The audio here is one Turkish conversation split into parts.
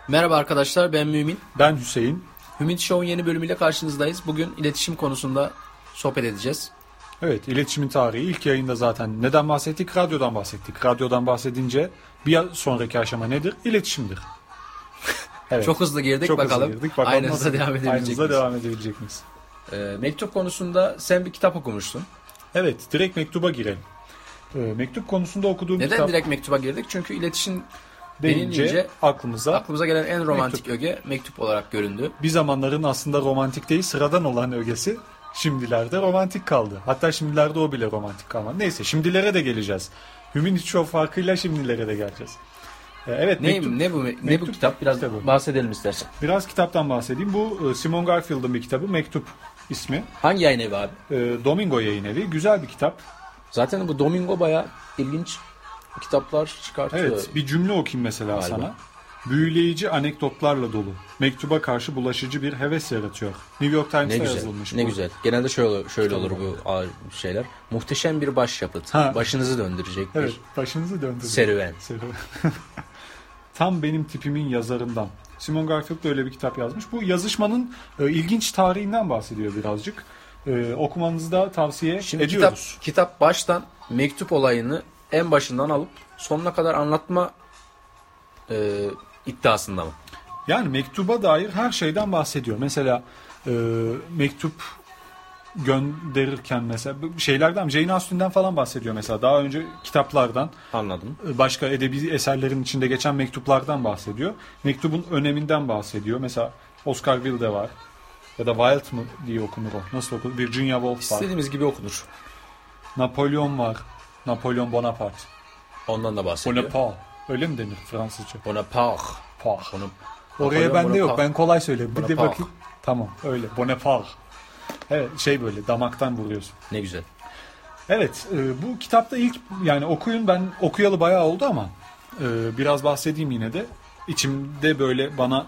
Merhaba arkadaşlar, ben Mümin. Ben Hüseyin. Ümit Show'un yeni bölümüyle karşınızdayız. Bugün iletişim konusunda sohbet edeceğiz. Evet, iletişimin tarihi ilk yayında zaten neden bahsettik? Radyodan bahsettik. Radyodan bahsedince bir sonraki aşama nedir? İletişimdir. Evet. Çok hızlı girdik, Çok bakalım. Hızlı girdik. Bakalım aynınıza devam edebilecek miyiz? Devam edebilecek miyiz? Mektup konusunda sen bir kitap okumuştun. Evet, direkt mektuba girelim. Mektup konusunda okuduğum Neden kitap... direkt mektuba girdik? Çünkü iletişim denince aklımıza gelen en romantik öge mektup olarak göründü. Bir zamanların aslında romantik değil, sıradan olan ögesi şimdilerde romantik kaldı. Hatta şimdilerde o bile romantik kalmadı. Neyse, şimdilere de geleceğiz. Humanity Show farkıyla şimdilere de geleceğiz. Evet, ne bu kitap? Biraz kitabı. Bahsedelim istersen. Biraz kitaptan bahsedeyim. Bu Simon Garfield'ın bir kitabı, Mektup ismi. Hangi yayın evi abi? Domingo yayın evi. Güzel bir kitap. Zaten bu Domingo bayağı ilginç kitaplar çıkartıyor. Evet, bir cümle okuyayım mesela galiba sana. Büyüleyici anekdotlarla dolu. Mektuba karşı bulaşıcı bir heves yaratıyor. New York Times'ta yazılmış. Ne güzel. Genelde şöyle olur bu şeyler. Muhteşem bir başyapıt. Başınızı döndürecek bir. Evet, başınızı döndürecek. Serüven. Tam benim tipimin yazarından. Simon Garfield da öyle bir kitap yazmış. Bu yazışmanın ilginç tarihinden bahsediyor birazcık. Okumanızı da tavsiye ediyoruz. Kitap baştan mektup olayını en başından alıp sonuna kadar anlatma iddiasında mı? Yani mektuba dair her şeyden bahsediyor. Mesela mektup gönderirken mesela şeylerden, Jane Austen'den falan bahsediyor mesela. Daha önce kitaplardan. Anladım. Başka edebi eserlerin içinde geçen mektuplardan bahsediyor. Mektubun öneminden bahsediyor. Mesela Oscar Wilde var. Ya da Wilde mı diye okunur o. Nasıl okunur? Virginia Woolf var. İstediğimiz gibi okunur. Napolyon var. Napolyon Bonaparte. Ondan da bahsediyor. Bonaparte. Öyle mi denir Fransızca? Bonaparte. Oraya bende yok. Ben kolay söyleyeyim. Bir de bakayım. Tamam öyle. Bonaparte. Evet, böyle damaktan vuruyorsun. Ne güzel. Evet, bu kitapta ilk yani okuyun, ben okuyalı bayağı oldu ama biraz bahsedeyim yine de. İçimde böyle bana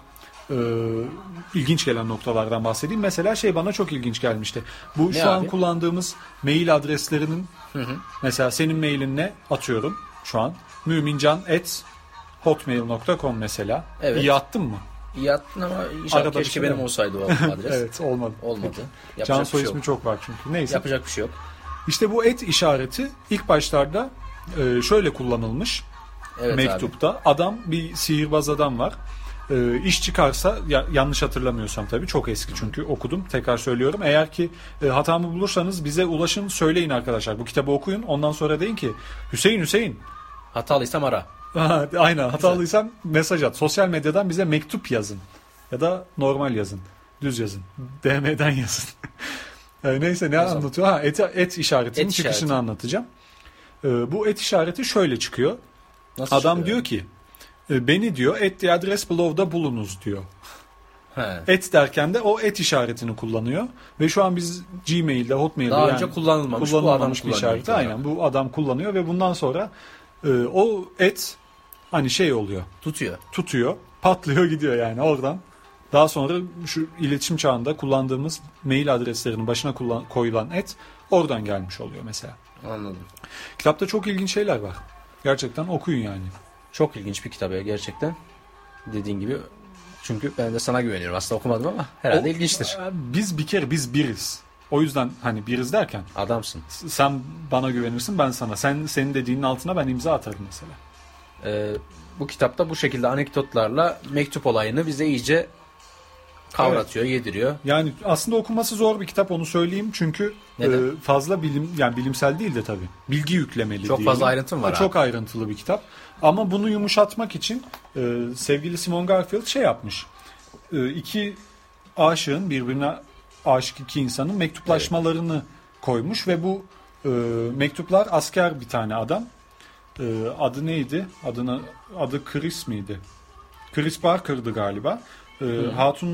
ilginç gelen noktalardan bahsedeyim. Mesela bana çok ilginç gelmişti. Bu şu an kullandığımız mail adreslerinin mesela senin mailin ne atıyorum şu an? mümincan@hotmail.com mesela. Evet. İyi attın mı? İyi attın ama inşallah keşke benim olsaydı o adres. Evet, olmadı. Can soy ismi çok var çünkü. Neyse. Yapacak bir şey yok. İşte bu işareti ilk başlarda şöyle kullanılmış. Evet, mektupta. Abi. Adam, bir sihirbaz adam var. İş çıkarsa, yanlış hatırlamıyorsam tabii, çok eski çünkü okudum. Tekrar söylüyorum. Eğer ki hatamı bulursanız bize ulaşın, söyleyin arkadaşlar. Bu kitabı okuyun. Ondan sonra deyin ki Hüseyin. Hatalıysam ara. Aynen, hatalıysam mesaj at. Sosyal medyadan bize mektup yazın. Ya da normal yazın. Düz yazın. DM'den yazın. Neyse, ne anlatıyor? Et işaretinin çıkışını anlatacağım. Bu et işareti şöyle çıkıyor. Nasıl adam çıkıyor? Diyor ki beni diyor at the address below'da bulunuz diyor. He. Et derken de o et işaretini kullanıyor. Ve şu an biz Gmail'de, Hotmail'de daha önce kullanılmamış bir işareti. Aynen, bu adam kullanıyor ve bundan sonra o et hani oluyor. Tutuyor. Patlıyor gidiyor yani oradan. Daha sonra şu iletişim çağında kullandığımız mail adreslerinin başına koyulan et oradan gelmiş oluyor mesela. Anladım. Kitapta çok ilginç şeyler var. Gerçekten okuyun yani. Çok ilginç bir kitap ya gerçekten. Dediğin gibi. Çünkü ben de sana güveniyorum. Aslında okumadım ama herhalde ilginçtir. Biz biriz. O yüzden hani biriz derken. Adamsın. Sen bana güvenirsin, ben sana. Senin dediğinin altına ben imza atarım mesela. Bu kitapta bu şekilde anekdotlarla mektup olayını bize iyice kavratıyor, yediriyor. Yani aslında okunması zor bir kitap, onu söyleyeyim. Çünkü fazla bilimsel değil de tabii. Bilgi yüklemeli. Çok fazla ayrıntı var. Çok ayrıntılı bir kitap. Ama bunu yumuşatmak için sevgili Simon Garfield yapmış. İki aşığın, birbirine aşık iki insanın mektuplaşmalarını koymuş ve bu mektuplar, asker bir tane adam. Adı neydi? Adı Chris miydi? Chris Barker'dı galiba. Hatunun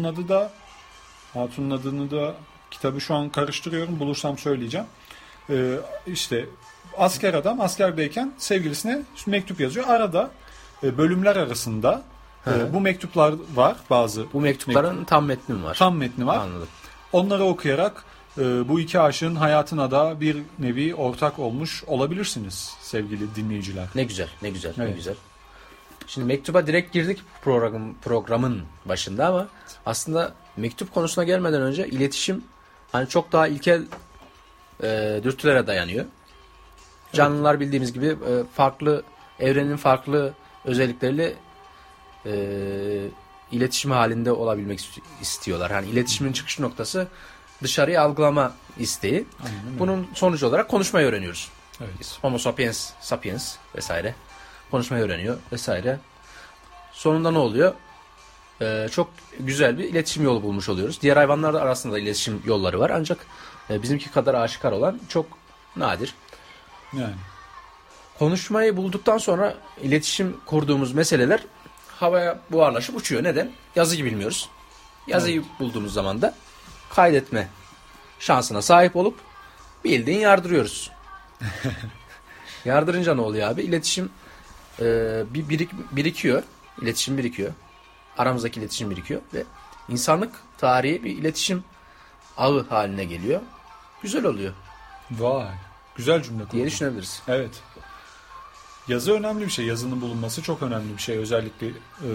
adını da kitabı şu an karıştırıyorum. Bulursam söyleyeceğim. İşte asker adam askerdeyken sevgilisine mektup yazıyor. Arada bölümler arasında bu mektuplar var, bazı. Bu mektupların tam metni mi var? Tam metni var. Anladım. Onları okuyarak bu iki aşığın hayatına da bir nevi ortak olmuş olabilirsiniz sevgili dinleyiciler. Ne güzel. Şimdi mektuba direkt girdik programın başında ama aslında mektup konusuna gelmeden önce iletişim hani çok daha ilkel dürtülere dayanıyor. Canlılar bildiğimiz gibi farklı evrenin farklı özellikleriyle iletişim halinde olabilmek istiyorlar. Hani iletişimin çıkış noktası dışarıyı algılama isteği. Aynen. Bunun sonucu olarak konuşmayı öğreniyoruz. Evet. Homo sapiens vesaire konuşmayı öğreniyor vesaire. Sonunda ne oluyor? Çok güzel bir iletişim yolu bulmuş oluyoruz. Diğer hayvanlar arasında da iletişim yolları var ancak bizimki kadar aşikar olan çok nadir. Yani. Konuşmayı bulduktan sonra iletişim kurduğumuz meseleler havaya buharlaşıp uçuyor. Neden? Yazıyı bilmiyoruz. Yazıyı bulduğumuz zaman da kaydetme şansına sahip olup bildiğin yardırıyoruz. Yardırınca ne oluyor abi? İletişim birikiyor. İletişim birikiyor. Aramızdaki iletişim birikiyor ve insanlık tarihi bir iletişim ağı haline geliyor. Güzel oluyor Vay. Güzel cümle diye kurdun. düşünebiliriz. Evet. Yazı önemli bir şey. Yazının bulunması çok önemli bir şey. Özellikle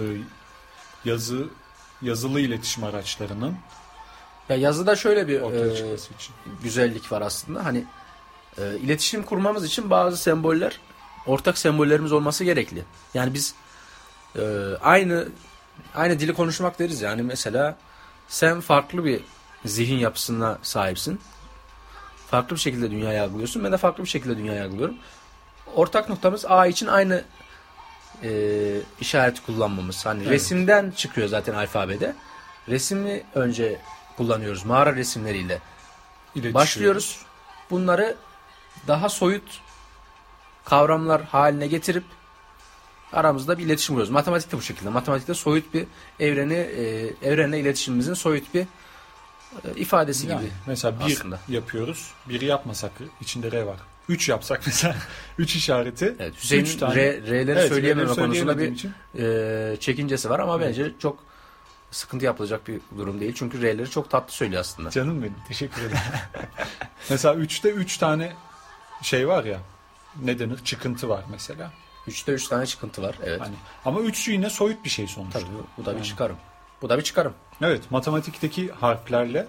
yazılı iletişim araçlarının Ya yazıda şöyle bir ortaya çıkması için. güzellik var aslında. Hani iletişim kurmamız için bazı semboller, ortak sembollerimiz olması gerekli. Yani biz aynı dili konuşmak deriz. Yani mesela sen farklı bir zihin yapısına sahipsin. Farklı bir şekilde dünyayı algılıyorsun. Ben de farklı bir şekilde dünyayı algılıyorum. Ortak noktamız A için aynı işareti kullanmamız. Hani resimden çıkıyor zaten alfabede. Resmi önce kullanıyoruz. Mağara resimleriyle başlıyoruz. Bunları daha soyut kavramlar haline getirip aramızda bir iletişim kuruyoruz. Matematik de bu şekilde. Matematikte soyut bir evrenle iletişimimizin soyut bir ifadesi Yani, gibi. mesela bir aslında yapıyoruz. Biri yapmasak içinde R var. 3 yapsak mesela 3 işareti. Evet, Hüseyin'in üç tane. R'leri söyleyememe konusunda bir için. çekincesi var ama bence çok sıkıntı yapılacak bir durum değil. Çünkü R'leri çok tatlı söylüyor aslında. Canım benim. Teşekkür ederim. Mesela 3'te 3 tane şey var ya. Ne denir? Çıkıntı var mesela. 3'te 3 tane çıkıntı var. Evet. Hani, ama 3 yine soyut bir şey sonuçta. Tabii bu da bir çıkarım. Bu da bir çıkarım. Evet. Matematikteki harflerle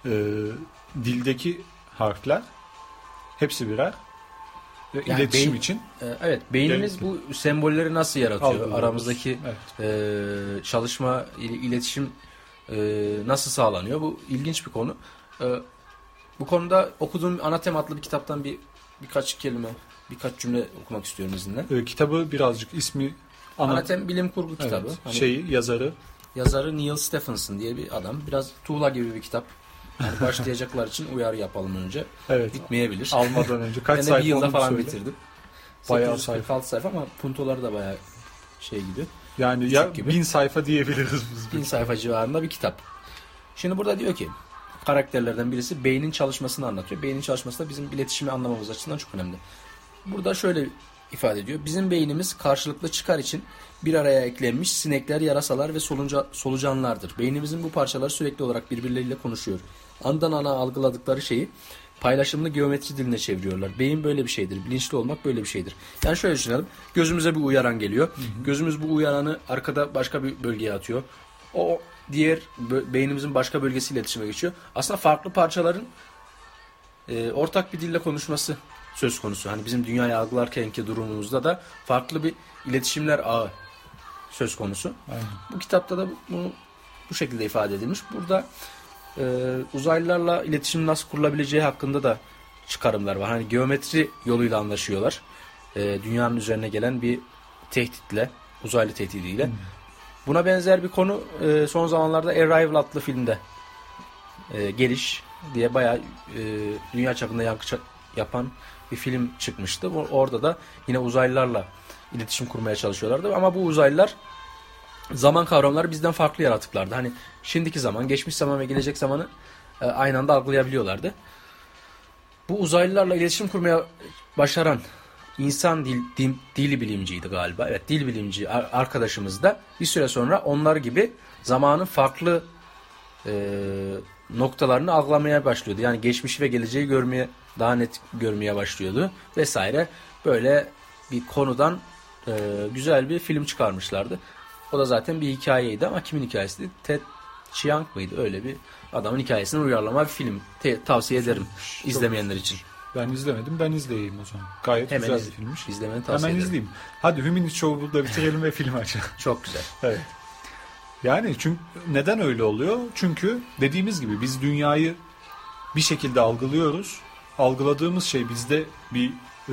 dildeki harfler hepsi birer. Yani İletişim için. Evet. Beynimiz gerekli. bu sembolleri nasıl yaratıyor? Algılıyoruz. Aramızdaki çalışma, iletişim nasıl sağlanıyor? Bu ilginç bir konu. Bu konuda okuduğum Anatem adlı bir kitaptan birkaç kelime, birkaç cümle okumak istiyorum izinle. Kitabı birazcık ismi Anatem bilim kurgu kitabı. Evet, Hani yazarı. yazarı Neil Stephenson diye bir adam. Biraz tuğla gibi bir kitap. Yani başlayacaklar için uyarı yapalım önce. Evet. Bitmeyebilir. Almadan önce kaç Ben de sayfa bir yılda onu falan söyle. bitirdim. Bayağı 846 sayfa ama puntoları da bayağı şey gibi. Yani Küçük ya gibi. 1000 sayfa diyebiliriz biz. 1000 sayfa civarında bir kitap. Şimdi burada diyor ki karakterlerden birisi beynin çalışmasını anlatıyor. Beynin çalışması da bizim iletişimi anlamamız açısından çok önemli. Burada şöyle ifade ediyor. Bizim beynimiz karşılıklı çıkar için bir araya eklenmiş sinekler, yarasalar ve solucanlardır. Beynimizin bu parçaları sürekli olarak birbirleriyle konuşuyor. Andan ana algıladıkları şeyi paylaşımlı geometri diline çeviriyorlar. Beyin böyle bir şeydir. Bilinçli olmak böyle bir şeydir. Yani şöyle düşünelim. Gözümüze bir uyaran geliyor. Gözümüz bu uyaranı arkada başka bir bölgeye atıyor. O diğer beynimizin başka bölgesiyle iletişime geçiyor. Aslında farklı parçaların ortak bir dille konuşması söz konusu. Hani bizim dünyayı algılarkenki durumumuzda da farklı bir iletişimler ağı söz konusu. Aynen. Bu kitapta da bu şekilde ifade edilmiş. Burada uzaylılarla iletişim nasıl kurulabileceği hakkında da çıkarımlar var. Hani geometri yoluyla anlaşıyorlar. Dünyanın üzerine gelen bir tehditle, uzaylı tehdidiyle. Buna benzer bir konu son zamanlarda Arrival adlı filmde Geliş diye bayağı dünya çapında yankı yapan bir film çıkmıştı. Orada da yine uzaylılarla iletişim kurmaya çalışıyorlardı. Ama bu uzaylılar zaman kavramları bizden farklı yaratıklardı. Hani şimdiki zaman, geçmiş zaman ve gelecek zamanı aynı anda algılayabiliyorlardı. Bu uzaylılarla iletişim kurmaya başaran insan dili bilimciydi galiba. Evet, dil bilimci arkadaşımız da bir süre sonra onlar gibi zamanın farklı noktalarını algılamaya başlıyordu. Yani geçmişi ve geleceği daha net görmeye başlıyordu vesaire. Böyle bir konudan güzel bir film çıkarmışlardı. O da zaten bir hikayeydi ama kimin hikayesiydi? Ted Chiang mıydı? Öyle bir adamın hikayesini uyarlama bir film. Tavsiye ederim izlemeyenler için. Ben izlemedim. Ben izleyeyim o zaman. Gayet Hemen güzel bir filmmiş. İzlemeni tavsiye Hemen ederim. izleyeyim. Hadi Hüminit Show'u burada bitirelim ve film açalım. Çok güzel. Evet. Yani çünkü neden öyle oluyor? Çünkü dediğimiz gibi biz dünyayı bir şekilde algılıyoruz. Algıladığımız şey bizde bir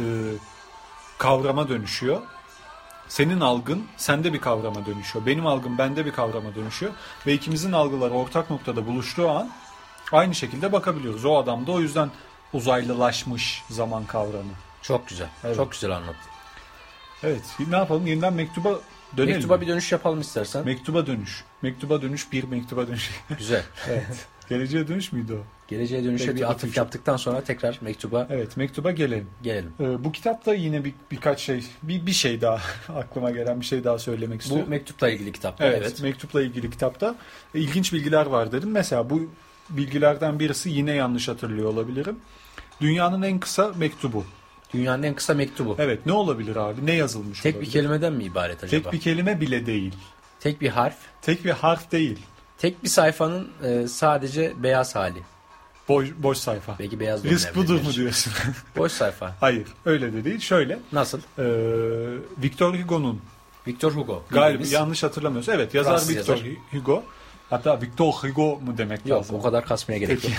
kavrama dönüşüyor. Senin algın sende bir kavrama dönüşüyor. Benim algım bende bir kavrama dönüşüyor. Ve ikimizin algıları ortak noktada buluştuğu an aynı şekilde bakabiliyoruz. O adam da o yüzden uzaylılaşmış zaman kavramı. Çok güzel. Evet. Çok güzel anlattın. Evet. Ne yapalım? Yeniden mektuba dönelim. Mektuba bir dönüş yapalım istersen. Mektuba dönüş. Mektuba dönüş bir mektuba dönüş. Güzel. Evet. Geleceğe dönüş müydü o? Geleceğe dönüşe Mektuba bir atıf dönüş. yaptıktan sonra tekrar mektuba Evet, mektuba gelelim. gelelim. Bu kitapta yine birkaç şey, bir şey daha aklıma gelen bir şey daha söylemek Bu istiyorum. mektupla ilgili kitap. Evet, mektupla ilgili kitapta ilginç bilgiler var dedim. Mesela bu bilgilerden birisi yine yanlış hatırlıyor olabilirim. Dünyanın en kısa mektubu. Dünyanın en kısa mektubu. Evet, ne olabilir abi? Ne yazılmış Tek olabilir? bir kelimeden mi ibaret acaba? Tek bir kelime bile değil. Tek bir harf. Tek bir harf değil. Tek bir sayfanın sadece beyaz hali. Boş sayfa. Belki beyaz da Risk budur mu olmayabilir. diyorsun? Boş sayfa. Hayır, öyle de değil. Şöyle, Nasıl? Victor Hugo'nun Victor Hugo. galiba Bildiğimiz- yanlış hatırlamıyorsun. Evet, yazar Fransız Victor yazar. Hugo. Hatta Victor Hugo mu demek Yok lazım? o kadar kasmaya gerek Peki. yok.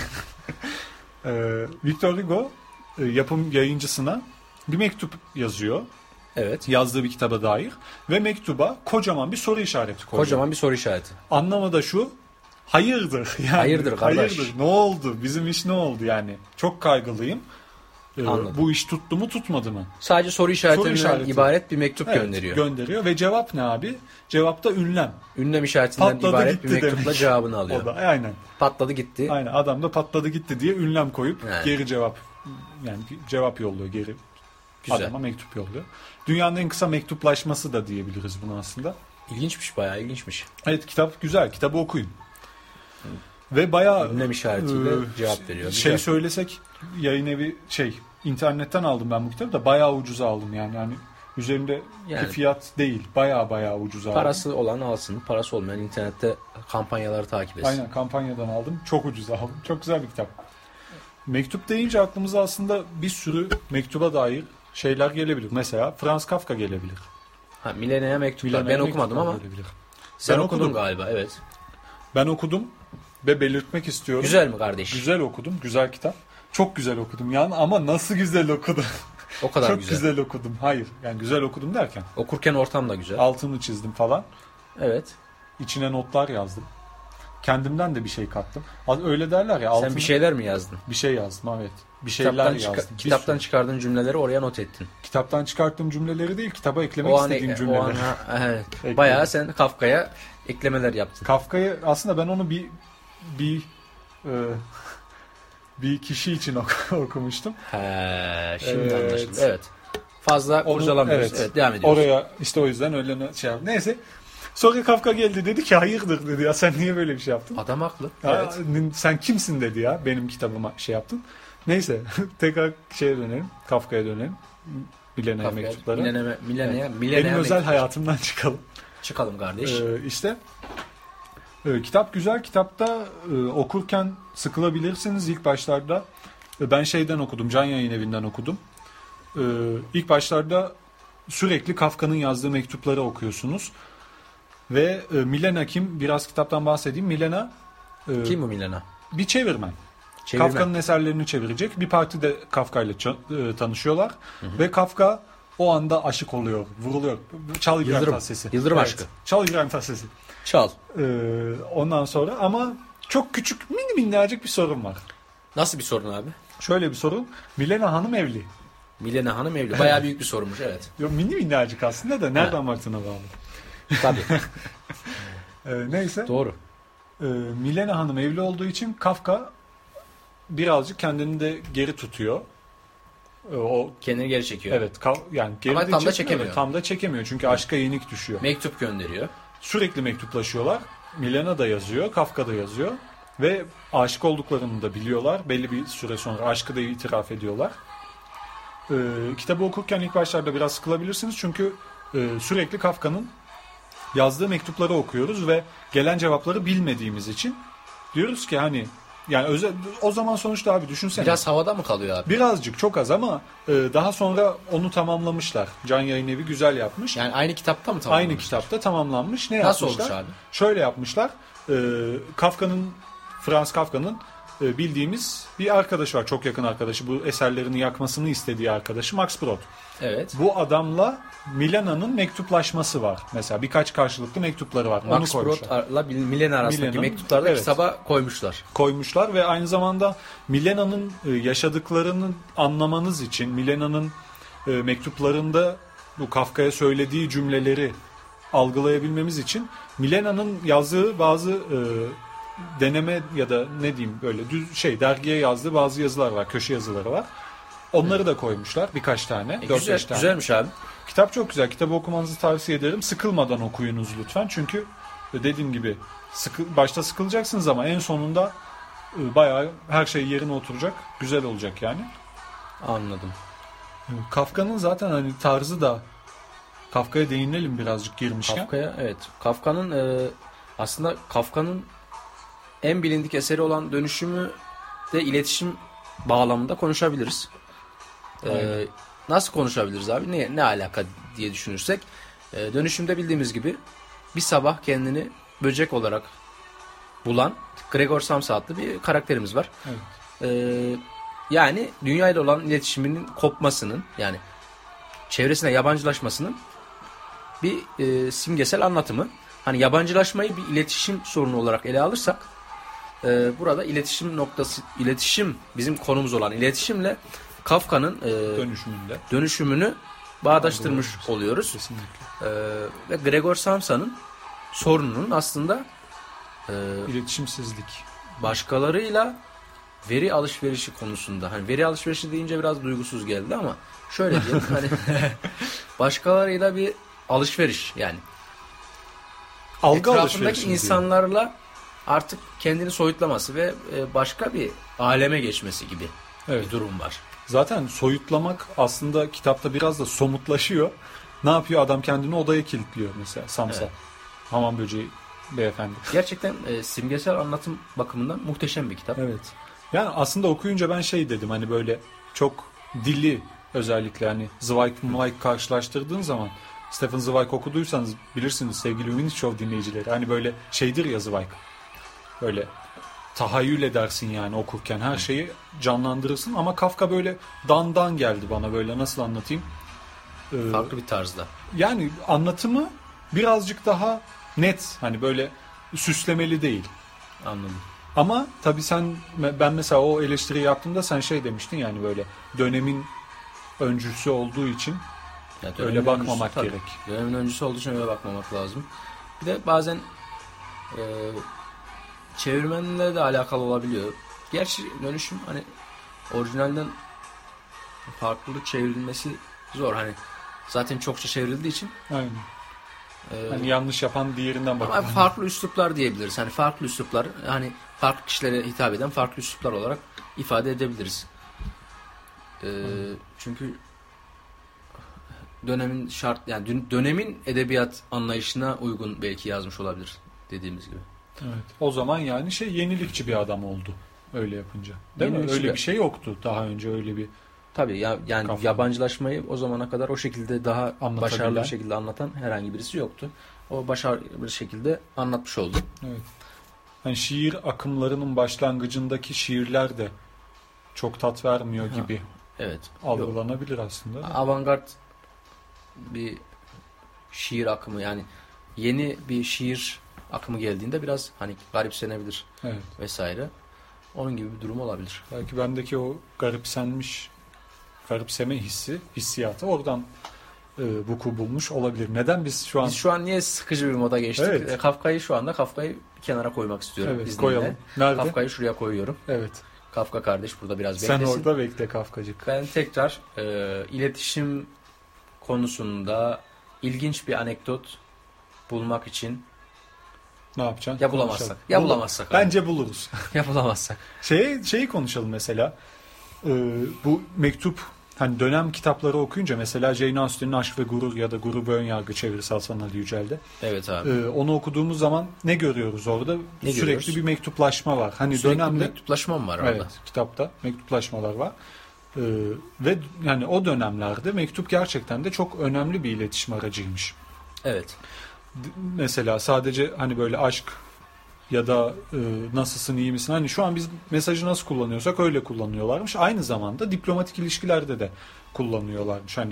Victor Hugo yapım yayıncısına bir mektup yazıyor. Evet. Yazdığı bir kitaba dair. Ve mektuba kocaman bir soru işareti koyuyor. Kocaman bir soru işareti. Anlamı da şu. Hayırdır. Yani, Hayırdır kardeş. Hayırdır. Ne oldu? Bizim iş ne oldu yani? Çok kaygılıyım. Anladım. Bu iş tuttu mu tutmadı mı? Sadece soru işaretinden işareti. ibaret bir mektup Evet, gönderiyor. gönderiyor ve cevap ne abi? Cevapta ünlem. Ünlem işaretinden Patladı ibaret bir gitti mektupla demek. cevabını alıyor. O da aynen. Patladı gitti. Aynen adam da patladı gitti diye ünlem koyup Yani. geri cevap yani cevap yolluyor geri. Güzel. Adama mektup yolluyor. Dünyanın en kısa mektuplaşması da diyebiliriz bunu aslında. İlginçmiş, bayağı ilginçmiş. Evet, kitap güzel. Kitabı okuyun. Ve bayağı Ünlem işaretiyle cevap veriyor. Şey Güzel. söylesek yayın evi internetten aldım ben bu kitabı da bayağı ucuza aldım yani. Yani üzerinde Yani. fiyat değil. Bayağı ucuza aldım. Parası olan alsın, parası olmayan internette kampanyaları takip etsin. Aynen, kampanyadan aldım. Çok ucuza aldım. Çok güzel bir kitap. Mektup deyince aklımıza aslında bir sürü mektuba dair şeyler gelebilir. Mesela Franz Kafka gelebilir. Ha, Millennium mektuplar. Millennium Ben okumadım mektuplar ama gelebilir. sen Ben okudun okudum. galiba, evet. Ben okudum ve belirtmek istiyorum. Güzel mi kardeş? Güzel okudum. Güzel kitap. Çok güzel okudum yani ama nasıl güzel okudum. O kadar Çok güzel. güzel okudum. Hayır. Yani güzel okudum derken Okurken ortam da güzel. altını çizdim falan. Evet. İçine notlar yazdım. Kendimden de bir şey kattım. Öyle derler ya. Sen altını- bir şeyler mi yazdın? bir şey yazdım, evet. Bir şeyler yazdım. Bir Kitaptan sürü. çıkardığın cümleleri oraya not ettin. Kitaptan çıkarttığım cümleleri değil, kitaba eklemek istediğim O cümleleri. an evet. Ekledim. Bayağı sen Kafka'ya eklemeler yaptın. Kafka'yı aslında ben onu bir kişi için okumuştum. He, şimdi Evet. anlaşıldı. Evet. Fazla Onu- kurcalamıyoruz. Evet, devam ediyoruz. Oraya işte o yüzden öyle şey yaptım. Neyse. Sonra Kafka geldi, dedi ki hayırdır dedi ya, sen niye böyle bir şey yaptın? Adam haklı. Ya, Evet. sen kimsin dedi ya, benim kitabıma şey yaptın. Neyse tekrar şeye dönelim. Kafka'ya dönelim. Millennium mektupları. Millennium Benim özel hayatımdan çıkalım. çıkalım kardeş. İşte kitap güzel. Kitapta okurken sıkılabilirsiniz ilk başlarda. Ben şeyden okudum. Can Yayın Evi'nden okudum. İlk başlarda sürekli Kafka'nın yazdığı mektupları okuyorsunuz. Ve Milena kim? Biraz kitaptan bahsedeyim. Milena Kim bu Milena? bir çevirmen. Çevirmen. Kafka'nın eserlerini çevirecek. Bir partide Kafka ile tanışıyorlar. Ve Kafka o anda aşık oluyor. Vuruluyor. Çal İbrahim Yıldırım. Tatlısesi. Yıldırım aşkı. Çal İbrahim Tatlısesi. Çal. Ondan sonra ama çok küçük minnacık bir sorun var. Nasıl bir sorun abi? Şöyle bir sorun. Milena Hanım evli. Milena Hanım evli. Bayağı büyük bir sorunmuş, evet. Yo, minnacık aslında da nereden baktığına bağlı. Tabii. Neyse. Doğru. Milena Hanım evli olduğu için Kafka birazcık kendini de geri tutuyor. O Kendini geri çekiyor. evet yani geri Ama de tam da çekmiyor, çekemiyor. tam da çekemiyor çünkü aşka yenik düşüyor. Mektup gönderiyor. Sürekli mektuplaşıyorlar. Milena da yazıyor, Kafka da yazıyor ve aşık olduklarını da biliyorlar. Belli bir süre sonra aşkı da itiraf ediyorlar. Kitabı okurken ilk başlarda biraz sıkılabilirsiniz çünkü sürekli Kafka'nın yazdığı mektupları okuyoruz ve gelen cevapları bilmediğimiz için diyoruz ki hani yani o zaman sonuçta abi düşünsene. Biraz havada mı kalıyor abi? Birazcık, çok az ama daha sonra onu tamamlamışlar. Can Yayın Evi güzel yapmış. Yani aynı kitapta mı tamamlanmış? Aynı kitapta tamamlanmış. Nasıl yapmışlar? olmuş abi? Şöyle yapmışlar. Franz Kafka'nın bildiğimiz bir arkadaşı var. Çok yakın arkadaşı. Bu eserlerini yakmasını istediği arkadaşı Max Brod. Evet. Bu adamla Milena'nın mektuplaşması var. Mesela birkaç karşılıklı mektupları var. Max Brod'la Milena arasındaki mektuplarda kitaba koymuşlar ve aynı zamanda Milena'nın yaşadıklarını anlamanız için Milena'nın mektuplarında bu Kafka'ya söylediği cümleleri algılayabilmemiz için Milena'nın yazdığı bazı deneme ya da ne diyeyim böyle dergiye yazdığı bazı yazılar var, köşe yazıları var. Onları da koymuşlar birkaç tane. 4-5 tane. Güzelmiş abi. Kitap çok güzel. Kitabı okumanızı tavsiye ederim. Sıkılmadan okuyunuz lütfen. Çünkü dediğim gibi başta sıkılacaksınız ama en sonunda bayağı her şey yerine oturacak. Güzel olacak yani. Anladım. Kafka'nın zaten hani tarzı da Kafka'ya değinelim birazcık girmişken. Kafka'ya evet. Aslında Kafka'nın en bilindik eseri olan Dönüşüm'ü de iletişim bağlamında konuşabiliriz. Nasıl konuşabiliriz abi? Ne alaka diye düşünürsek. Dönüşüm'de bildiğimiz gibi bir sabah kendini böcek olarak bulan Gregor Samsa adlı bir karakterimiz var. Evet. Yani dünya ile olan iletişiminin kopmasının, yani çevresine yabancılaşmasının bir simgesel anlatımı. Hani yabancılaşmayı bir iletişim sorunu olarak ele alırsak burada iletişim bizim konumuz olan iletişimle Kafka'nın dönüşümünü bağdaştırmış oluyoruz. Ve Gregor Samsa'nın sorununun aslında iletişimsizlik. Başkalarıyla veri alışverişi konusunda. Hani veri alışverişi deyince biraz duygusuz geldi ama şöyle diyelim hani başkalarıyla bir alışveriş yani. Algı etrafındaki insanlarla artık kendini soyutlaması ve başka bir aleme geçmesi gibi bir durum var. Zaten soyutlamak aslında kitapta biraz da somutlaşıyor. Ne yapıyor? Adam kendini odaya kilitliyor mesela Samsa. Evet. Hamam böceği beyefendi. Gerçekten simgesel anlatım bakımından muhteşem bir kitap. Evet. Yani aslında okuyunca ben dedim hani böyle çok dilli, özellikle hani Zweig karşılaştırdığın zaman Stefan Zweig okuduysanız bilirsiniz sevgili Ümit Show dinleyicileri. Hani böyle şeydir ya Zweig. Böyle tahayyül edersin yani okurken. Her şeyi canlandırırsın ama Kafka böyle dandan geldi bana, böyle nasıl anlatayım? Farklı bir tarzda. Yani anlatımı birazcık daha net. Hani böyle süslemeli değil. Anladım. Ama tabii ben mesela o eleştiriyi yaptığımda sen demiştin yani böyle dönemin öncüsü olduğu için öyle bakmamak gerek. Dönemin öncüsü olduğu için öyle bakmamak lazım. Bir de bazen çevirmenle de alakalı olabiliyor. Gerçi Dönüşüm hani orijinalden farklılık çevrilmesi zor. Hani zaten çokça çevrildiği için. Aynen. Hani yanlış yapan diğerinden bakıyor. Ama farklı üsluplar diyebiliriz. Hani farklı üsluplar, hani farklı kişilere hitap eden farklı üsluplar olarak ifade edebiliriz. Çünkü dönemin yani dönemin edebiyat anlayışına uygun belki yazmış olabilir dediğimiz gibi. Evet. O zaman yani yenilikçi bir adam oldu öyle yapınca. Değil mi? Öyle bir şey yoktu daha önce, öyle bir. Tabii yani kafam. Yabancılaşmayı o zamana kadar o şekilde daha başarılı bir şekilde anlatan herhangi birisi yoktu. O başarılı bir şekilde anlatmış oldu. Evet. Hani şiir akımlarının başlangıcındaki şiirler de çok tat vermiyor gibi. Evet. Algılanabilir aslında. Avantgard bir şiir akımı, yani yeni bir şiir akımı geldiğinde biraz hani garipsenebilir vesaire. Onun gibi bir durum olabilir. Belki bendeki o garipseme hissiyatı oradan vuku bulmuş olabilir. Neden biz şu an niye sıkıcı bir moda geçtik? Evet. Kafka'yı kenara koymak istiyorum. Evet, koyalım. Nerede? Kafka'yı şuraya koyuyorum. Evet. Kafka kardeş burada biraz beklesin. Sen orada bekle Kafkacık. Ben tekrar iletişim konusunda ilginç bir anekdot bulmak için ne yapacaksın? Ya bulamazsak. Bence buluruz. Ya bulamazsak. Şeyi konuşalım mesela. Bu mektup hani dönem kitapları okuyunca mesela Jane Austen'in Aşk ve Gurur ya da Gurur ve Önyargı çevirisi Hasan Ali Yücel'de. Evet abi. Onu okuduğumuz zaman ne görüyoruz orada? Sürekli görüyoruz? bir mektuplaşma var. Hani Sürekli dönemde bir mektuplaşma mı var orada? evet, kitapta mektuplaşmalar var. Ve yani o dönemlerde mektup gerçekten de çok önemli bir iletişim aracıymış. Evet. Mesela sadece hani böyle aşk ya da nasılsın, iyi misin? Hani şu an biz mesajı nasıl kullanıyorsak öyle kullanıyorlarmış. Aynı zamanda diplomatik ilişkilerde de kullanıyorlarmış. Hani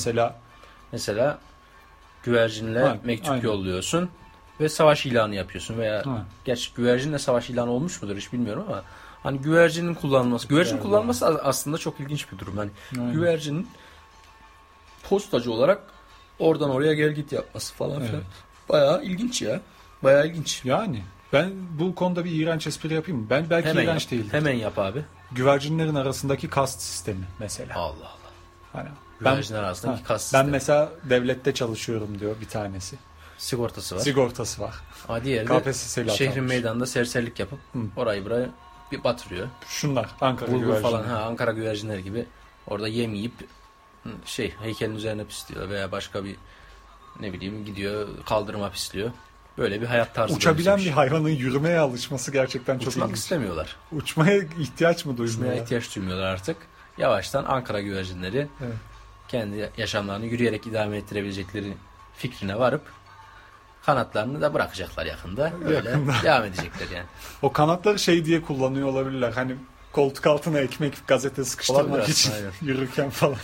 Mesela güvercinle mektup aynen. yolluyorsun ve savaş ilanı yapıyorsun veya Ha. gerçi güvercinle savaş ilanı olmuş mudur hiç bilmiyorum ama hani güvercinin kullanılması. Güvercin kullanılması aslında çok ilginç bir durum. Hani Aynen. güvercinin postacı olarak oradan oraya gel git yapması falan filan. Evet. Bayağı ilginç ya. Bayağı ilginç. Yani ben bu konuda bir iğrenç espri yapayım mı? Ben belki Hemen iğrenç yap. değildir. Hemen yap abi. Güvercinlerin arasındaki kast sistemi mesela. Allah Allah. Hani Güvercinler arasındaki kas ben sistemi. mesela devlette çalışıyorum diyor bir tanesi. Sigortası var. Sigortası var. Ama diğeri de KPSS'li şehrin atanmış. meydanında serserilik yapıp orayı burayı bir batırıyor. Şunlar Ankara Bulgur güvercinleri. falan Ankara güvercinleri gibi orada yem yiyip heykelin üzerine pisliyor veya başka bir ne bileyim gidiyor kaldırıma pisliyor. Böyle bir hayat tarzı. Uçabilen bir benimsemiş. hayvanın yürümeye alışması gerçekten çok Uçmak ilginç. istemiyorlar. Uçmaya ihtiyaç mı Uçmaya duymuyorlar? ihtiyaç duymuyorlar artık. Yavaştan Ankara güvercinleri Evet. kendi yaşamlarını yürüyerek idame ettirebilecekleri fikrine varıp kanatlarını da bırakacaklar yakında. Öyle devam edecekler yani. O kanatları şey diye kullanıyor olabilirler. Hani koltuk altına ekmek, gazete sıkıştırmak Olabilir için aslında, yürürken falan.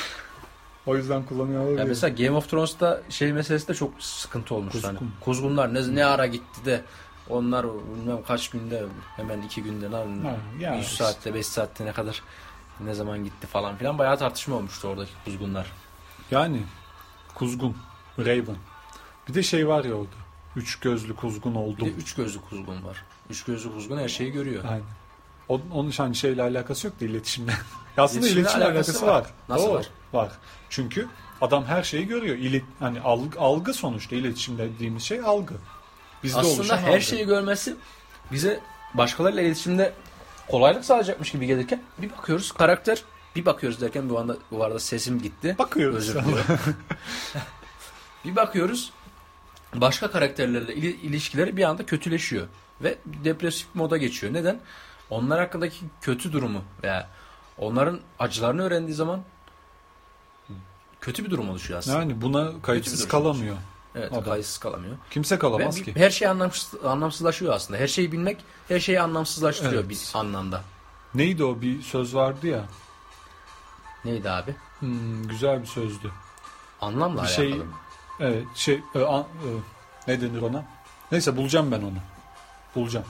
O yüzden kullanıyor olabilir. Ya mesela Game of Thrones'ta meselesi de çok sıkıntı olmuş. Kuzgun. Hani. Kuzgunlar ne ara gitti de onlar bilmem kaç günde hemen 2 günde yani 100 işte. saatte 5 saatte ne kadar ne zaman gitti falan filan bayağı tartışma olmuştu oradaki kuzgunlar. Yani kuzgun, Raven. Bir de şey var ya orada. 3 gözlü kuzgun Bir oldum. de 3 gözlü kuzgun var. 3 gözlü kuzgun her şeyi görüyor. Aynen. Onun hani şeyle alakası yok da iletişimle. Aslında İletişimle iletişimle alakası alakası var. var. Nasıl Doğru, var? var. Çünkü adam her şeyi görüyor. Hani algı sonuçta iletişim dediğimiz şey algı. Bizde Aslında oluşan her algı. şeyi görmesi bize başkalarıyla iletişimde kolaylık sağlayacakmış gibi gelirken bir bakıyoruz karakter bir bakıyoruz derken bu arada sesim gitti. Bakıyoruz. Özür diliyorum. Bir bakıyoruz başka karakterlerle ilişkileri bir anda kötüleşiyor ve depresif moda geçiyor. Neden? Onlar hakkındaki kötü durumu veya onların acılarını öğrendiği zaman kötü bir durum oluşuyor aslında. Yani buna kayıtsız durum kalamıyor. Evet, adam. kayıtsız kalamıyor. Kimse kalamaz ki. Her şey anlamsızlaşıyor aslında. Her şeyi bilmek her şeyi anlamsızlaştırıyor Evet. bir anlamda. Neydi o, bir söz vardı ya. Neydi abi? Güzel bir sözdü. Anlamla Bir alakalı şey, mı? evet, ne denir ona? Neyse bulacağım ben onu. Bulacağım.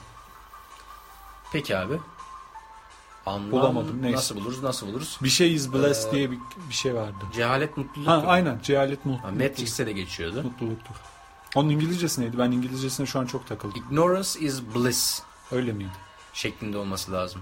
Peki abi. Anlam Bulamadım, neyse. Nasıl buluruz? Bir şey is blessed diye bir şey vardı. Cehalet mutluluk. Ha, aynen. Cehalet Matrix'te de geçiyordu. mutluluktur. Onun İngilizcesi neydi? Ben İngilizcesine şu an çok takıldım. Ignorance is bliss Öyle miydi? şeklinde olması lazım.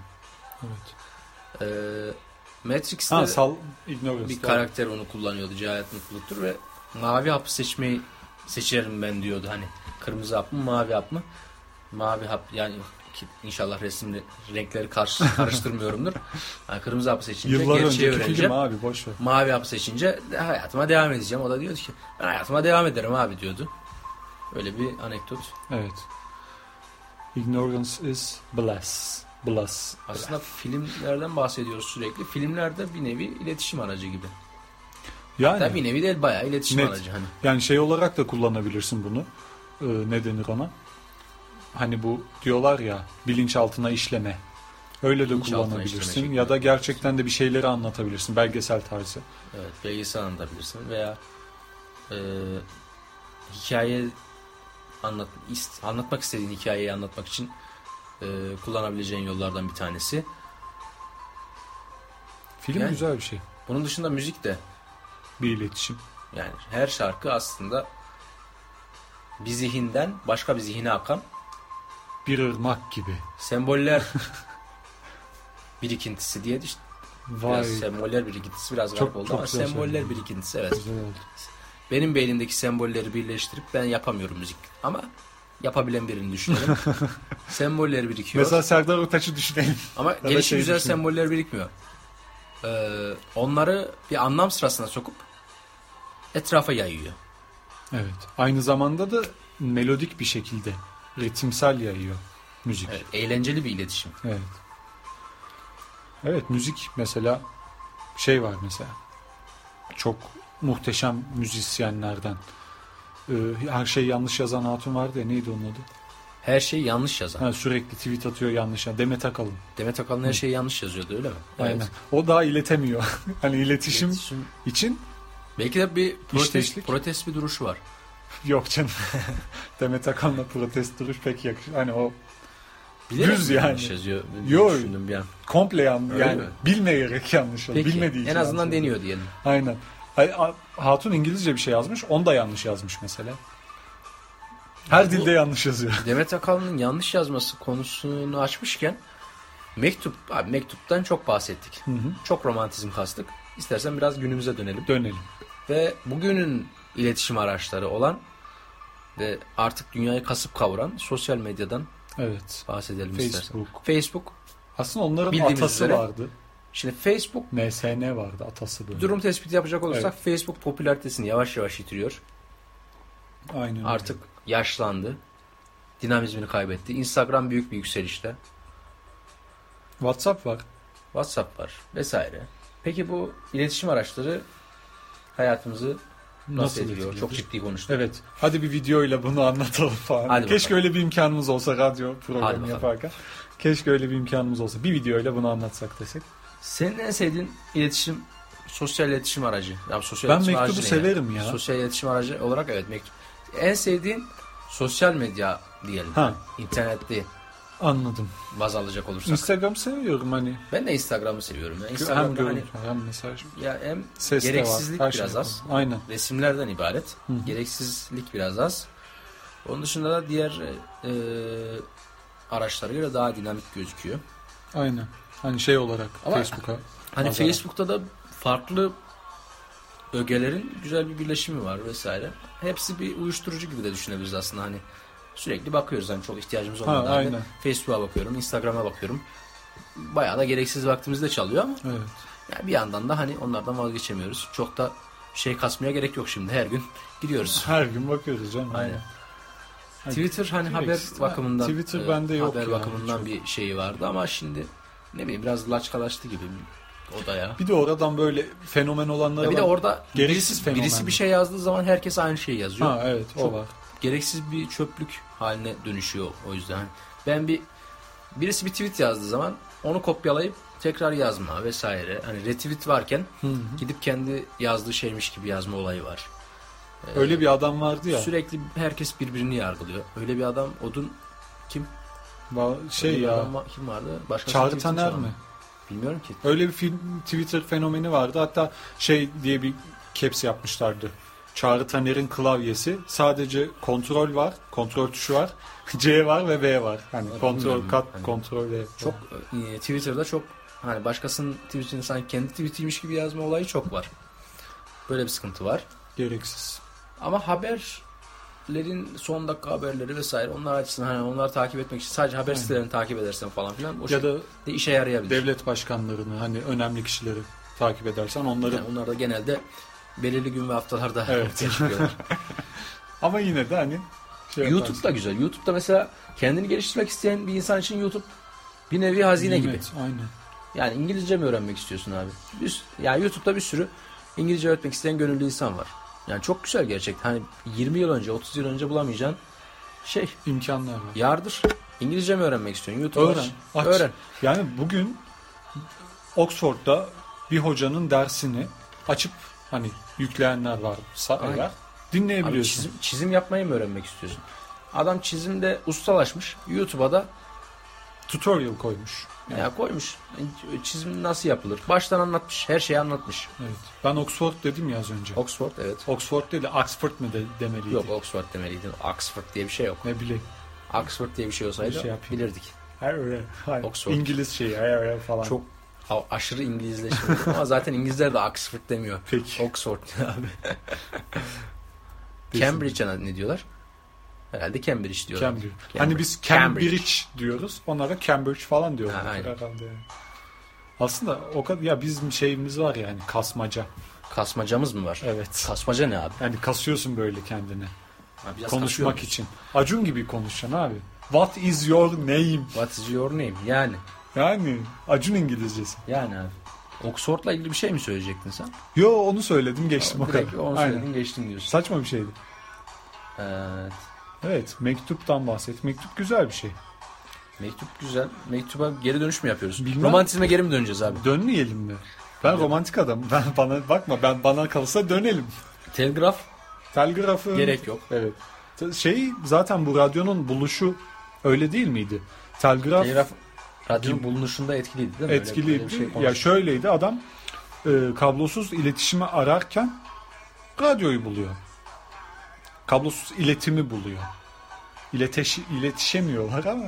Evet. Matrix'te Ignorance. bir karakter onu kullanıyordu. Cehalet mutluluktur ve mavi hapı seçerim ben diyordu. Hani kırmızı hap mı mavi hap mı? Mavi hap yani inşallah resimde renkleri karıştırmıyorumdur. Yani kırmızı hapı seçince Yıllar gerçeği önceki öğreneceğim. film abi, boş ver. Mavi hapı seçince hayatıma devam edeceğim. O da diyordu ki ben hayatıma devam ederim abi diyordu. Öyle bir anekdot. Evet. Ignorance is bliss. Aslında filmlerden bahsediyoruz sürekli. Filmlerde bir nevi iletişim aracı gibi. Yani Hatta bir nevi değil bayağı iletişim net. aracı. Hani. Yani şey olarak da kullanabilirsin bunu. Ne denir ona? Hani bu diyorlar ya, bilinçaltına işleme. Öyle de Bilinçaltına kullanabilirsin. işleme Ya da şeklinde. gerçekten de bir şeyleri anlatabilirsin. Belgesel tarzı. Evet, belgesel anlatabilirsin veya hikaye anlatmak istediğin hikayeyi anlatmak için kullanabileceğin yollardan bir tanesi. Film Yani- güzel bir şey. Bunun dışında müzik de Bir iletişim. yani her şarkı aslında bir zihinden başka bir zihine akan Bir ırmak gibi. semboller birikintisi diye işte Vay. biraz semboller birikintisi biraz Çok- garip oldu çok ama güzel semboller söyledin. birikintisi evet. Güzel oldu. Benim beynimdeki sembolleri birleştirip ben yapamıyorum müzik ama yapabilen birini düşünelim. Semboller birikiyor Mesela Serdar Ortaç'ı düşünelim. ama da gelişi şey güzel düşünelim. semboller birikmiyor. onları bir anlam sırasına sokup etrafa yayıyor. Evet. Aynı zamanda da melodik bir şekilde ritimsel yayıyor müzik. Evet, eğlenceli bir iletişim. Evet. Evet, müzik mesela şey var mesela. Çok muhteşem müzisyenlerden. Her şeyi yanlış yazan hatun vardı ya, neydi onun adı? Her şeyi yanlış yazan. Ha, sürekli tweet atıyor yanlış. Demet Akalın. Demet Akalın her şeyi yanlış yazıyordu, öyle mi? Aynen. Evet. O daha iletemiyor. Hani iletişim için belki de bir İşteşlik. protest bir duruşu var. yok canım. Demet Akalın'la protest duruş pek yakışır. Hani o Bilerek düz mi yani. yanlış yazıyor? Yok. Düşündüm bir an. komple yanlış. Öyle Yani mi? bilmeyerek yanlış oluyor. Peki, Bilmediği için en azından yanlış oluyor. deniyor diyelim. Aynen. Hatun İngilizce bir şey yazmış. Onu da yanlış yazmış mesela. Her dilde yanlış yazıyor. Demet Akalın'ın yanlış yazması konusunu açmışken mektuptan çok bahsettik. Hı hı. Çok romantizm kastık. İstersen biraz günümüze dönelim. Dönelim. Ve bugünün iletişim araçları olan ve artık dünyayı kasıp kavuran sosyal medyadan Evet. bahsedelim istersen. Facebook. Facebook. Aslında onların Bildiğimiz atası üzere. vardı. Şimdi Facebook, MSN vardı atası böyle. durum tespiti yapacak olursak Facebook popülaritesini yavaş yavaş yitiriyor. Aynen öyle. Artık yaşlandı. Dinamizmini kaybetti. Instagram büyük bir yükselişte. WhatsApp var. WhatsApp var vesaire. Peki bu iletişim araçları hayatımızı nasıl etkiliyor? etkiliyor? Çok ciddi konuştuk. Evet. Hadi bir videoyla bunu anlatalım falan. Hadi Keşke bakalım. öyle bir imkanımız olsa radyo Hadi programı bakalım. yaparken. Keşke öyle bir imkanımız olsa. Bir videoyla bunu anlatsak desek. Senin en sevdiğin sosyal iletişim aracı. Ya sosyal Ben iletişim mektubu aracı ne severim ya. Sosyal iletişim aracı olarak evet mektup. En sevdiğin sosyal medya diyelim. Ha. İnternette Anladım. baz alacak olursak. Instagram seviyorum hani. Ben de Instagram'ı seviyorum. Yani Hem Instagram'da görüntü hem mesaj. ya hem Ses de gereksizlik var. Her biraz şey az. var. Aynen. Resimlerden ibaret. Hı hı. Gereksizlik biraz az. Onun dışında da diğer araçlara göre daha dinamik gözüküyor. Aynen. Hani şey olarak Ama Facebook'a. Hani nazaran. Facebook'ta da farklı ögelerin güzel bir birleşimi var vesaire. Hepsi bir uyuşturucu gibi de düşünebiliriz aslında. Hani sürekli bakıyoruz, hani çok ihtiyacımız olmadan. aynen. Facebook'a bakıyorum, Instagram'a bakıyorum. Bayağı da gereksiz vaktimizi de çalıyor ama Evet. yani bir yandan da hani onlardan vazgeçemiyoruz. Çok da şey kasmaya gerek yok şimdi. Her gün giriyoruz. Her gün bakıyoruz canım. Aynen. Hani Twitter hani haber bakımından Twitter bende yok haber ya, bakımından çok. bir şeyi vardı ama şimdi ne bileyim biraz laçkalaştı gibi o da ya. Bir de oradan böyle fenomen olanlara Bir de orada gereksiz birisi fenomen. bir şey yazdığı zaman herkes aynı şeyi yazıyor. Ha evet o Çok var. gereksiz bir çöplük haline dönüşüyor o yüzden. Ben birisi bir tweet yazdığı zaman onu kopyalayıp tekrar yazma vesaire. Hani retweet varken gidip kendi yazdığı şeymiş gibi yazma olayı var. Öyle bir adam vardı ya. Sürekli herkes birbirini yargılıyor. Öyle bir adam kim? Şey Öyle bir ya. kim vardı? Başkası Çağrı tweet'i Taner çalan. mi? Bilmiyorum ki. Öyle bir Twitter fenomeni vardı. Hatta şey diye bir caps yapmışlardı. Çağrı Taner'in klavyesi sadece kontrol var, kontrol tuşu var, C var ve V var. Hani kontrol bilmiyorum. kat, Hani kontrol V. Çok Twitter'da çok hani başkasının tweetini sanki kendi tweetiymiş gibi yazma olayı çok var. Böyle bir sıkıntı var. Gereksiz. Ama haberlerin son dakika haberleri vesaire onlar açısından hani onları takip etmek için sadece haber sitelerini takip edersen falan filan o Ya da de işe yarayabilir. devlet başkanlarını hani önemli kişileri takip edersen onları Yani onlar da genelde belirli gün ve haftalarda Evet. çıkıyorlar. ama yine de hani YouTube da güzel. YouTube'da mesela kendini geliştirmek isteyen bir insan için YouTube bir nevi hazine gibi. Aynen. Yani İngilizce mi öğrenmek istiyorsun abi? Yani YouTube'da bir sürü İngilizce öğretmek isteyen gönüllü insan var. Yani çok güzel gerçekten. Hani 20 yıl önce, 30 yıl önce bulamayacağın imkanlar var. yardır. İngilizce mi öğrenmek istiyorsun? YouTube Öğren. Yani bugün Oxford'da bir hocanın dersini açıp hani yükleyenler var. Eğer dinleyebiliyorsun. Abi çizim yapmayı mı öğrenmek istiyorsun? Adam çizimde ustalaşmış. YouTube'a da tutorial koymuş. ya koymuş. Çizim nasıl yapılır? Baştan anlatmış. Her şeyi anlatmış. Evet. Ben Oxford dedim ya az önce. Oxford evet. Oxford değil de Oxford mı demeliydi? Yok Oxford demeliydin. Oxford diye bir şey yok. Ne bileyim. Oxford diye bir şey olsaydı Bir şey yapayım. bilirdik. Hayır. Oxford. İngiliz şeyi falan. Çok aşırı İngilizleşme ama zaten İngilizler de Oxford demiyor. Peki. Oxford abi. Cambridge'a ne diyorlar? Herhalde Cambridge diyorlar. Cambridge. Hani biz Cambridge diyoruz. Onlara Cambridge falan diyorlar. Ha, aynen. Herhalde. Aslında o kadar ya bizim şeyimiz var yani kasmaca. Kasmacamız mı var? Evet. Kasmaca ne abi? Yani kasıyorsun böyle kendini. Ha, biraz Konuşmak için. Acun gibi konuşacaksın abi. What is your name? What is your name? Yani. Yani Acun İngilizcesi. Yani abi. Oxford'la ilgili bir şey mi söyleyecektin sen? Yo onu söyledim geçtim o kadar. Direkt onu söyledin geçtin diyorsun. Saçma bir şeydi. Evet. Evet mektuptan bahset. Mektup güzel bir şey. Mektup güzel. Mektuba geri dönüş mü yapıyoruz? Bilmem. Romantizme geri mi döneceğiz abi? Dönmeyelim mi? Ben romantik adamım. Bana bakma bana kalırsa dönelim. Telgraf Telgrafı gerek yok. Evet. Zaten bu radyonun buluşu öyle değil miydi? Telgraf radyonun bulunuşunda etkiliydi değil mi? Etkiliydi. Öyle bir şey ya şöyleydi adam kablosuz iletişimi ararken radyoyu buluyor. Kablosuz iletimi buluyor. İletişemiyorlar ama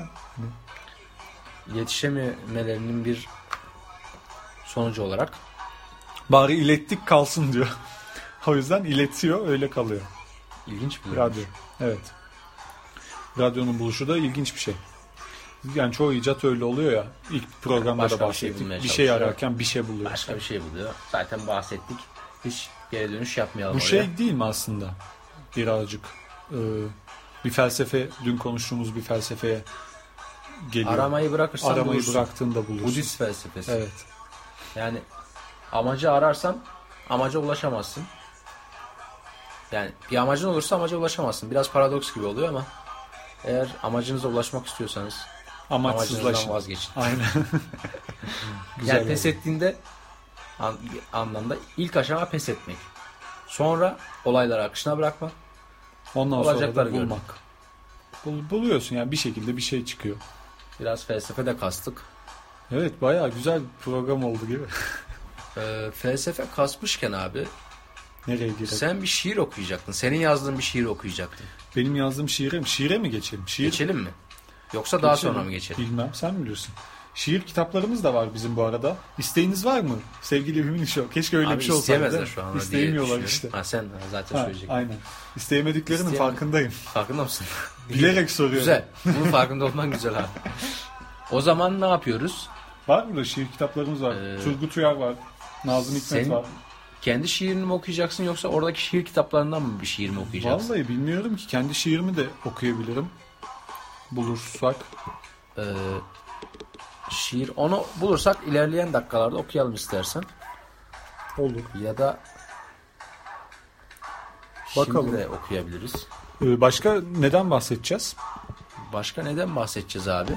İletişememelerinin bir sonucu olarak bari ilettik kalsın diyor. O yüzden iletiyor öyle kalıyor. İlginç bir radyo. Evet. Radyonun buluşu da ilginç bir şey. Yani çoğu icat öyle oluyor ya. İlk programda da bahsettik. Bir şey ararken bir şey buluyor. Başka bir şey buluyor. Zaten bahsettik. Hiç geri dönüş yapmayalım bu oraya. şey değil mi aslında? Birazcık bir felsefe, dün konuştuğumuz bir felsefeye geliyor. Aramayı bırakırsan bulursun. Bıraktığında bulursun. Budist felsefesi. Evet. Yani amacı ararsan amaca ulaşamazsın. Yani bir amacın olursa amaca ulaşamazsın. Biraz paradoks gibi oluyor ama eğer amacınıza ulaşmak istiyorsanız amacınızdan vazgeçin. Aynen. Güzel yani pes ettiğinde anlamda ilk aşama pes etmek. Sonra olayları akışına bırakmak. Ondan sonra da bulmak. Buluyorsun yani bir şekilde bir şey çıkıyor. Biraz felsefe de kastık. Evet bayağı güzel bir program oldu gibi. Felsefe kasmışken abi nereye girelim? Sen bir şiir okuyacaktın. Senin yazdığın bir şiir okuyacaktın. Benim yazdığım şiire mi geçelim? Geçelim mi? Yoksa daha sonra mı geçelim? Bilmem sen biliyorsun. Şiir kitaplarımız da var bizim bu arada. İsteğiniz var mı? Sevgili Hümin Show. Keşke öyle abi bir şey olsaydı. Şu anda İsteyemiyorlar işte. Ha, sen zaten söyleyecektin. Aynen. İsteyemediklerinin farkındayım. Farkında mısın? Bilerek soruyorum. Güzel. Bunun farkında olman güzel abi. O zaman ne yapıyoruz? Var mı da şiir kitaplarımız var. Turgut Uyar var. Nazım Hikmet var. Kendi şiirini mi okuyacaksın yoksa oradaki şiir kitaplarından mı bir şiir mi okuyacaksın? Vallahi bilmiyorum ki. Kendi şiirimi de okuyabilirim. Bulursak. Şiir. Onu bulursak ilerleyen dakikalarda okuyalım istersen. Olur. Ya da bakalım. Şimdi de okuyabiliriz. Başka neden bahsedeceğiz? Başka neden bahsedeceğiz abi?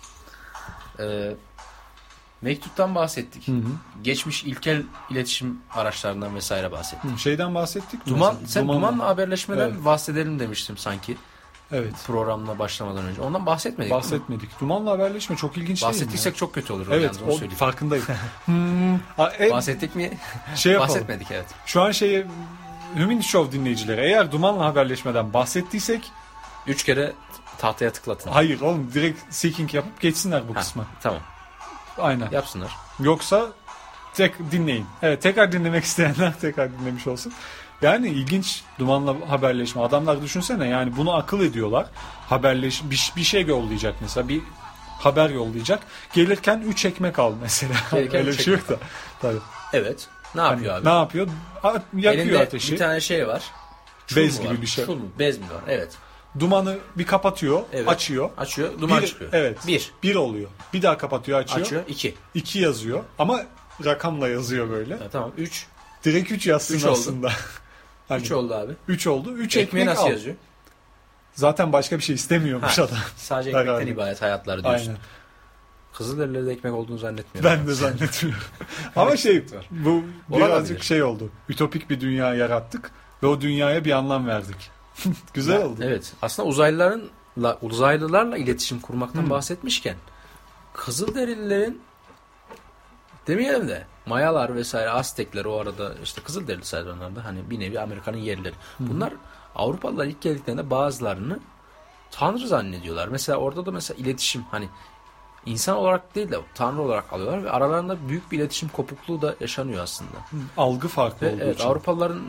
Mektuptan bahsettik. Hı hı. Geçmiş ilkel iletişim araçlarından vesaire bahsettik. Şeyden bahsettik mi? Dumanla haberleşmeden bahsedelim demiştim sanki. Evet. Programına başlamadan önce. Ondan bahsetmedik. Bahsetmedik. Dumanla haberleşme çok ilginç değil mi? Bahsettiysek çok kötü olur. Evet, o farkındayım. Bahsettik mi? Bahsetmedik evet. Şu an Hümin Show dinleyicileri eğer Dumanla haberleşmeden bahsettiysek 3 kere tahtaya tıklatın. Hayır oğlum direkt seeking yapıp geçsinler bu kısmı. Tamam. Aynen. Yapsınlar. Yoksa dinleyin. Evet tekrar dinlemek isteyenler tekrar dinlemiş olsun. Yani ilginç Dumanla haberleşme. Adamlar düşünsene yani bunu akıl ediyorlar. Bir şey yollayacak mesela bir haber yollayacak. Gelirken 3 ekmek al mesela. Öyle bir şey yok da. Tabii. Evet. Ne yapıyor abi? Ne yapıyor? Yakıyor elinde ateşi. Bir tane şey var. Bez gibi bir şey. Çul mu? Bez mi var? Evet. Dumanı bir kapatıyor, evet. açıyor. Duman çıkıyor. Evet. 1 oluyor. Bir daha kapatıyor, açıyor. 2. 2 yazıyor ama rakamla yazıyor böyle. Tamam. 3. Direkt 3 yazsın 3 aslında. 3 oldu abi. 3 oldu. 3 ekmeği ekmek nasıl al. yazıyor? Zaten başka bir şey istemiyormuş adam. Sadece ekmekten ibaret hayatları diyorsun. Aynen. Kızılderili'de ekmek olduğunu zannetmiyorum. Ben de zannetmiyorum. Ama bu birazcık oldu. Ütopik bir dünya yarattık ve o dünyaya bir anlam verdik. Güzel oldu. Evet. Aslında uzaylılarla iletişim kurmaktan bahsetmişken Kızılderililerin demeyelim de Mayalar vesaire Aztekler o arada işte Kızılderili sayılanlarda hani bir nevi Amerika'nın yerleri. Bunlar Avrupalılar ilk geldiklerinde bazılarını Tanrı zannediyorlar. Mesela orada da iletişim hani İnsan olarak değil de Tanrı olarak alıyorlar ve aralarında büyük bir iletişim kopukluğu da yaşanıyor aslında. Algı farklı olduğu için. Avrupalıların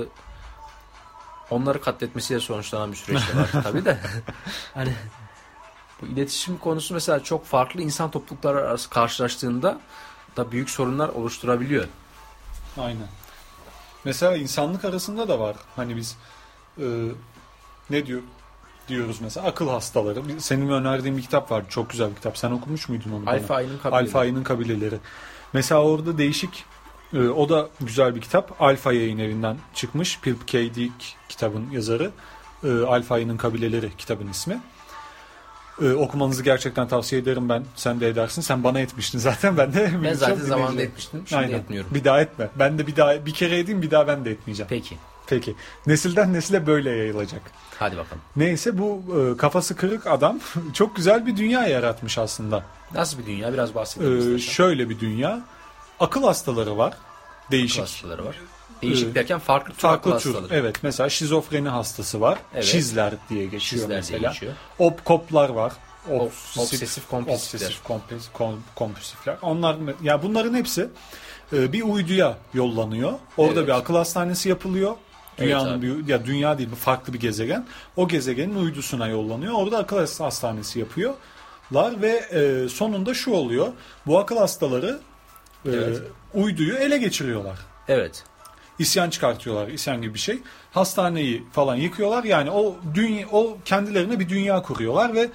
onları katletmesiyle sonuçlanan bir süreçte var tabii de. Hani bu iletişim konusu mesela çok farklı insan toplulukları arası karşılaştığında da büyük sorunlar oluşturabiliyor. Aynen. Mesela insanlık arasında da var. Hani biz ne diyoruz mesela, akıl hastaları. Senin önerdiğin bir kitap vardı. Çok güzel bir kitap. Sen okumuş muydun onu? Alfa Ayının Kabileleri. Alfa Ayının Kabileleri. Mesela orada değişik, o da güzel bir kitap. Alfa Yayın Evi'nden çıkmış. Philip K. Dick kitabın yazarı. Alfa Ayının Kabileleri kitabın ismi. Okumanızı gerçekten tavsiye ederim ben. Sen de edersin. Sen bana etmiştin zaten. Ben zaten zamanında etmiştim. Şimdi Aynen. etmiyorum. Bir daha etme. Ben de bir kere edeyim, bir daha ben de etmeyeceğim. Peki. Nesilden nesile böyle yayılacak. Hadi bakalım. Neyse, bu kafası kırık adam çok güzel bir dünya yaratmış aslında. Nasıl bir dünya? Biraz bahsedelim. Şöyle bir dünya. Akıl hastaları var. Değişik. Akıl hastaları var. Değişik derken farklı tür akıl hastaları. Evet. Mesela şizofreni hastası var. Evet. Şizler diye geçiyor Şizler mesela. diye geçiyor. Opkoplar var. Obsesif kompulsifler. Onlar ya, bunların hepsi bir uyduya yollanıyor. Orada evet. bir akıl hastanesi yapılıyor. Dünyanın dünya değil, bu farklı bir gezegen. O gezegenin uydusuna yollanıyor. Orada akıl hastanesi yapıyorlar ve sonunda şu oluyor. Bu akıl hastaları uyduyu ele geçiriyorlar. Evet. İsyan çıkartıyorlar, isyan gibi bir şey. Hastaneyi falan yıkıyorlar. Yani o kendilerine bir dünya kuruyorlar ve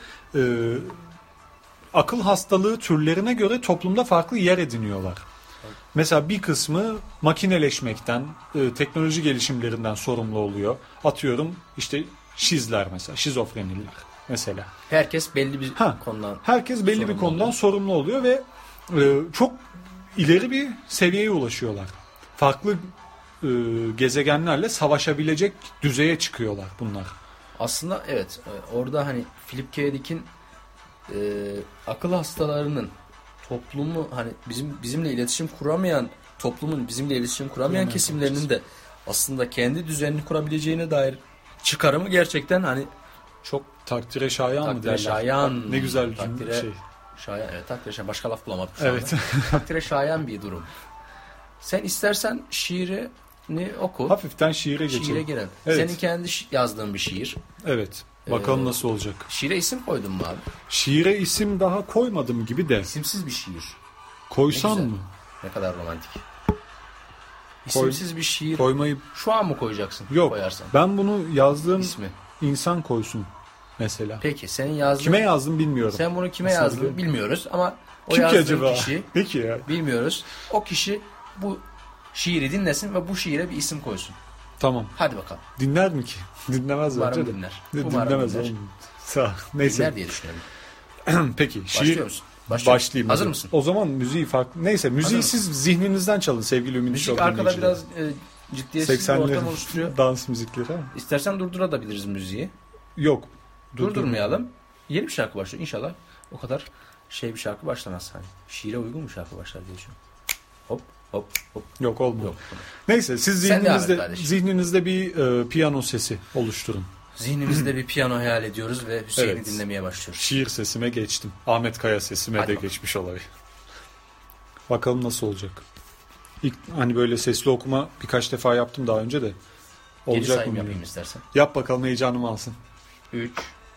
akıl hastalığı türlerine göre toplumda farklı yer ediniyorlar. Mesela bir kısmı makineleşmekten, teknoloji gelişimlerinden sorumlu oluyor. Atıyorum işte şizler mesela, şizofreniler mesela. Herkes belli bir konudan. Herkes belli bir konudan sorumlu oluyor ve çok ileri bir seviyeye ulaşıyorlar. Farklı gezegenlerle savaşabilecek düzeye çıkıyorlar bunlar. Aslında evet, orada hani Philip K. Dick'in akıl hastalarının toplumu, hani bizimle iletişim kuramayan toplumun bizimle iletişim kuramayan kesimlerinin de aslında kendi düzenini kurabileceğine dair çıkarımı gerçekten hani çok takdire şayan mı derler? Şayan. Ne güzel bir şey. Şayan, evet, takdire şayan. Başka laf bulamadım şu evet. anda. Takdire şayan bir durum. Sen istersen şiirini oku. Hafiften şiire geçelim. Şiire girelim. Evet. Senin kendi yazdığın bir şiir. Evet. Bakalım nasıl olacak. Şiire isim koydun mu abi? Şiire isim daha koymadım gibi de. İsimsiz bir şiir. Koysam mı? Ne kadar romantik. İsimsiz bir şiir. Koymayı şu an mı koyacaksın? Yok. Koyarsan. Ben bunu yazdığım İsmi. insan koysun mesela. Peki senin yazdığın... Kime yazdım bilmiyorum. Sen bunu kime yazdın bilmiyoruz ama o kim yazdığın acaba? Kişi Peki ya. Bilmiyoruz. O kişi bu şiiri dinlesin ve bu şiire bir isim koysun. Tamam. Hadi bakalım. Dinler mi ki? Dinlemez bence de. Umarım dinler. Dinlemez oğlum. Sağ ol. Neyse. Dinler diye düşünüyorum. Peki. Başlıyor musun? Başlayayım. Hazır mısın? O zaman müziği farklı. Neyse, müziği siz zihninizden çalın sevgili Ümit Müzik arkada biraz ciddiyetsiz bir ortam oluşturuyor. Dans müzikleri ama. İstersen durdurabiliriz müziği. Yok. Durdurmayalım. Yeni bir şarkı başlıyor. İnşallah o kadar bir şarkı başlamaz. Hani şiire uygun bir şarkı başlar diye düşünüyorum. Hop hop hop. Yok, olmuyor. Yok. Neyse, siz zihninizde bir piyano sesi oluşturun. Zihnimizde bir piyano hayal ediyoruz ve Hüseyin'i dinlemeye başlıyoruz. Şiir sesime geçtim. Ahmet Kaya sesime hadi de bakalım. geçmiş olabilir. Bakalım nasıl olacak. İlk hani böyle sesli okuma birkaç defa yaptım daha önce de. Olacak Geri sayım mı? yapayım istersen. Yap bakalım, heyecanımı alsın. 3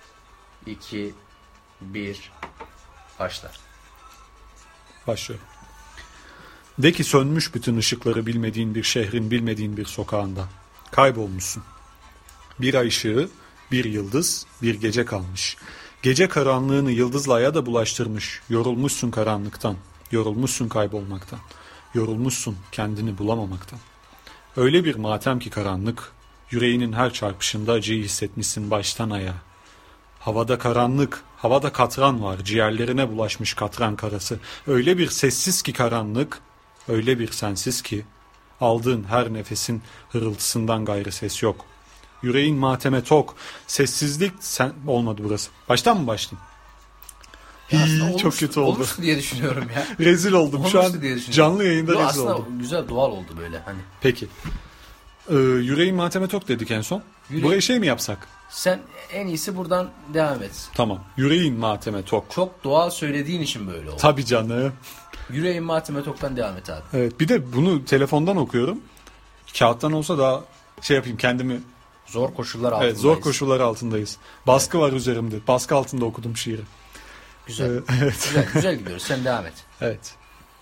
2 1 başla. Başlıyor. De ki sönmüş bütün ışıkları bilmediğin bir şehrin bilmediğin bir sokağında. Kaybolmuşsun. Bir ay ışığı, bir yıldız, bir gece kalmış. Gece karanlığını yıldızla aya da bulaştırmış. Yorulmuşsun karanlıktan, yorulmuşsun kaybolmaktan. Yorulmuşsun kendini bulamamaktan. Öyle bir matem ki karanlık, yüreğinin her çarpışında acıyı hissetmişsin baştan ayağa. Havada karanlık, havada katran var, ciğerlerine bulaşmış katran karası. Öyle bir sessiz ki karanlık, öyle bir sensiz ki, aldığın her nefesin hırıltısından gayrı ses yok. Yüreğin mateme tok, sessizlik olmadı burası. Baştan mı başlayayım? Çok kötü oldu. Olmuştu diye düşünüyorum ya. Rezil oldum şu an, canlı yayında rezil aslında oldum. Aslında güzel, doğal oldu böyle hani. Peki. Yüreğin mateme tok dedik en son. Buraya mi yapsak? Sen en iyisi buradan devam et. Tamam. Yüreğin mateme tok. Çok doğal söylediğin için böyle oldu. Tabii canım. Yüreğin mateme toktan devam et abi. Evet, bir de bunu telefondan okuyorum. Kağıttan olsa daha yapayım kendimi. Zor koşullar altındayız. Evet, zor koşullar altındayız. Baskı var üzerimde. Baskı altında okudum şiiri. Güzel. Evet. Güzel gidiyoruz. Sen devam et. Evet.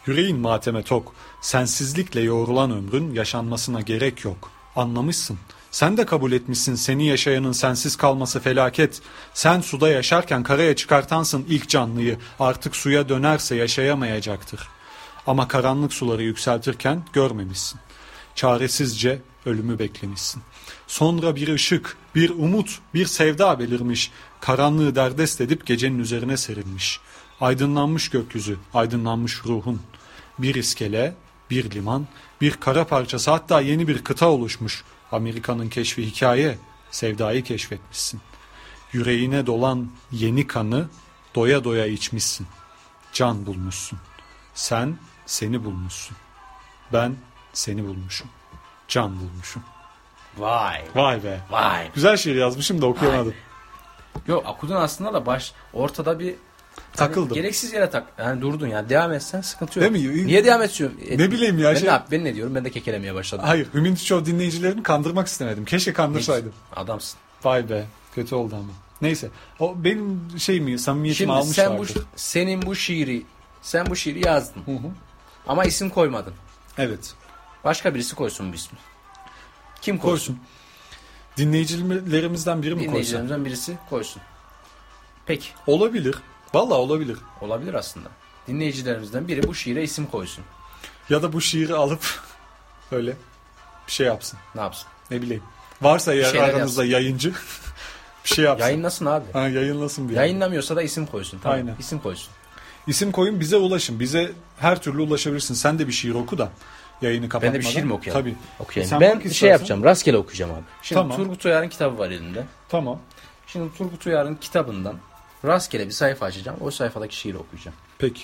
Yüreğin mateme tok. Sensizlikle yoğrulan ömrün yaşanmasına gerek yok. Anlamışsın. Sen de kabul etmişsin seni yaşayanın sensiz kalması felaket. Sen suda yaşarken karaya çıkartansın ilk canlıyı. Artık suya dönerse yaşayamayacaktır. Ama karanlık suları yükseltirken görmemişsin. Çaresizce ölümü beklemişsin. Sonra bir ışık, bir umut, bir sevda belirmiş. Karanlığı derdest edip gecenin üzerine serilmiş. Aydınlanmış gökyüzü, aydınlanmış ruhun. Bir iskele, bir liman, bir kara parçası, hatta yeni bir kıta oluşmuş. Amerika'nın keşfi hikaye, sevdayı keşfetmişsin. Yüreğine dolan yeni kanı doya doya içmişsin. Can bulmuşsun. Sen seni bulmuşsun. Ben seni bulmuşum. Can bulmuşum. Vay. Vay be. Vay. Güzel şiir yazmışım da okuyamadım. Yok, okudun aslında da ortada bir takıldım. Hani gereksiz yere yani durdun ya. Devam etsen sıkıntı yok. Değil mi? Niye devam ediyorsun? Ne bileyim ya. Ben ne diyorum? Ben de kekelemeye başladım. Hayır. Hümint Show dinleyicilerini kandırmak istemedim. Keşke kandırsaydım. Adamsın. Vay be. Kötü oldu ama. Neyse. O benim samimiyetimi almışlardı. Sen bu şiiri yazdın. Hı hı. Ama isim koymadın. Evet. Başka birisi koysun bu ismi. Kim koysun? Dinleyicilerimizden biri mi koysun? Dinleyicilerimizden birisi koysun. Peki. Olabilir. Vallahi olabilir. Olabilir aslında. Dinleyicilerimizden biri bu şiire isim koysun. Ya da bu şiiri alıp öyle bir şey yapsın. Ne yapsın? Ne bileyim. Varsa aranızda yayıncı bir şey yapsın. Yayınlasın abi. Yayınlasın bir. Yayınlamıyorsa da isim koysun. Tamam. Aynen. İsim koysun. İsim koyun, bize ulaşın. Bize her türlü ulaşabilirsin. Sen de bir şiir oku da yayını kapatmadan. Ben de bir şiir mi okuyalım? Tabii. Okuyayım. Ben yapacağım. Rastgele okuyacağım abi. Şimdi tamam. Turgut Uyar'ın kitabı var elimde. Tamam. Şimdi Turgut Uyar'ın kitabından rastgele bir sayfa açacağım. O sayfadaki şiiri okuyacağım. Peki.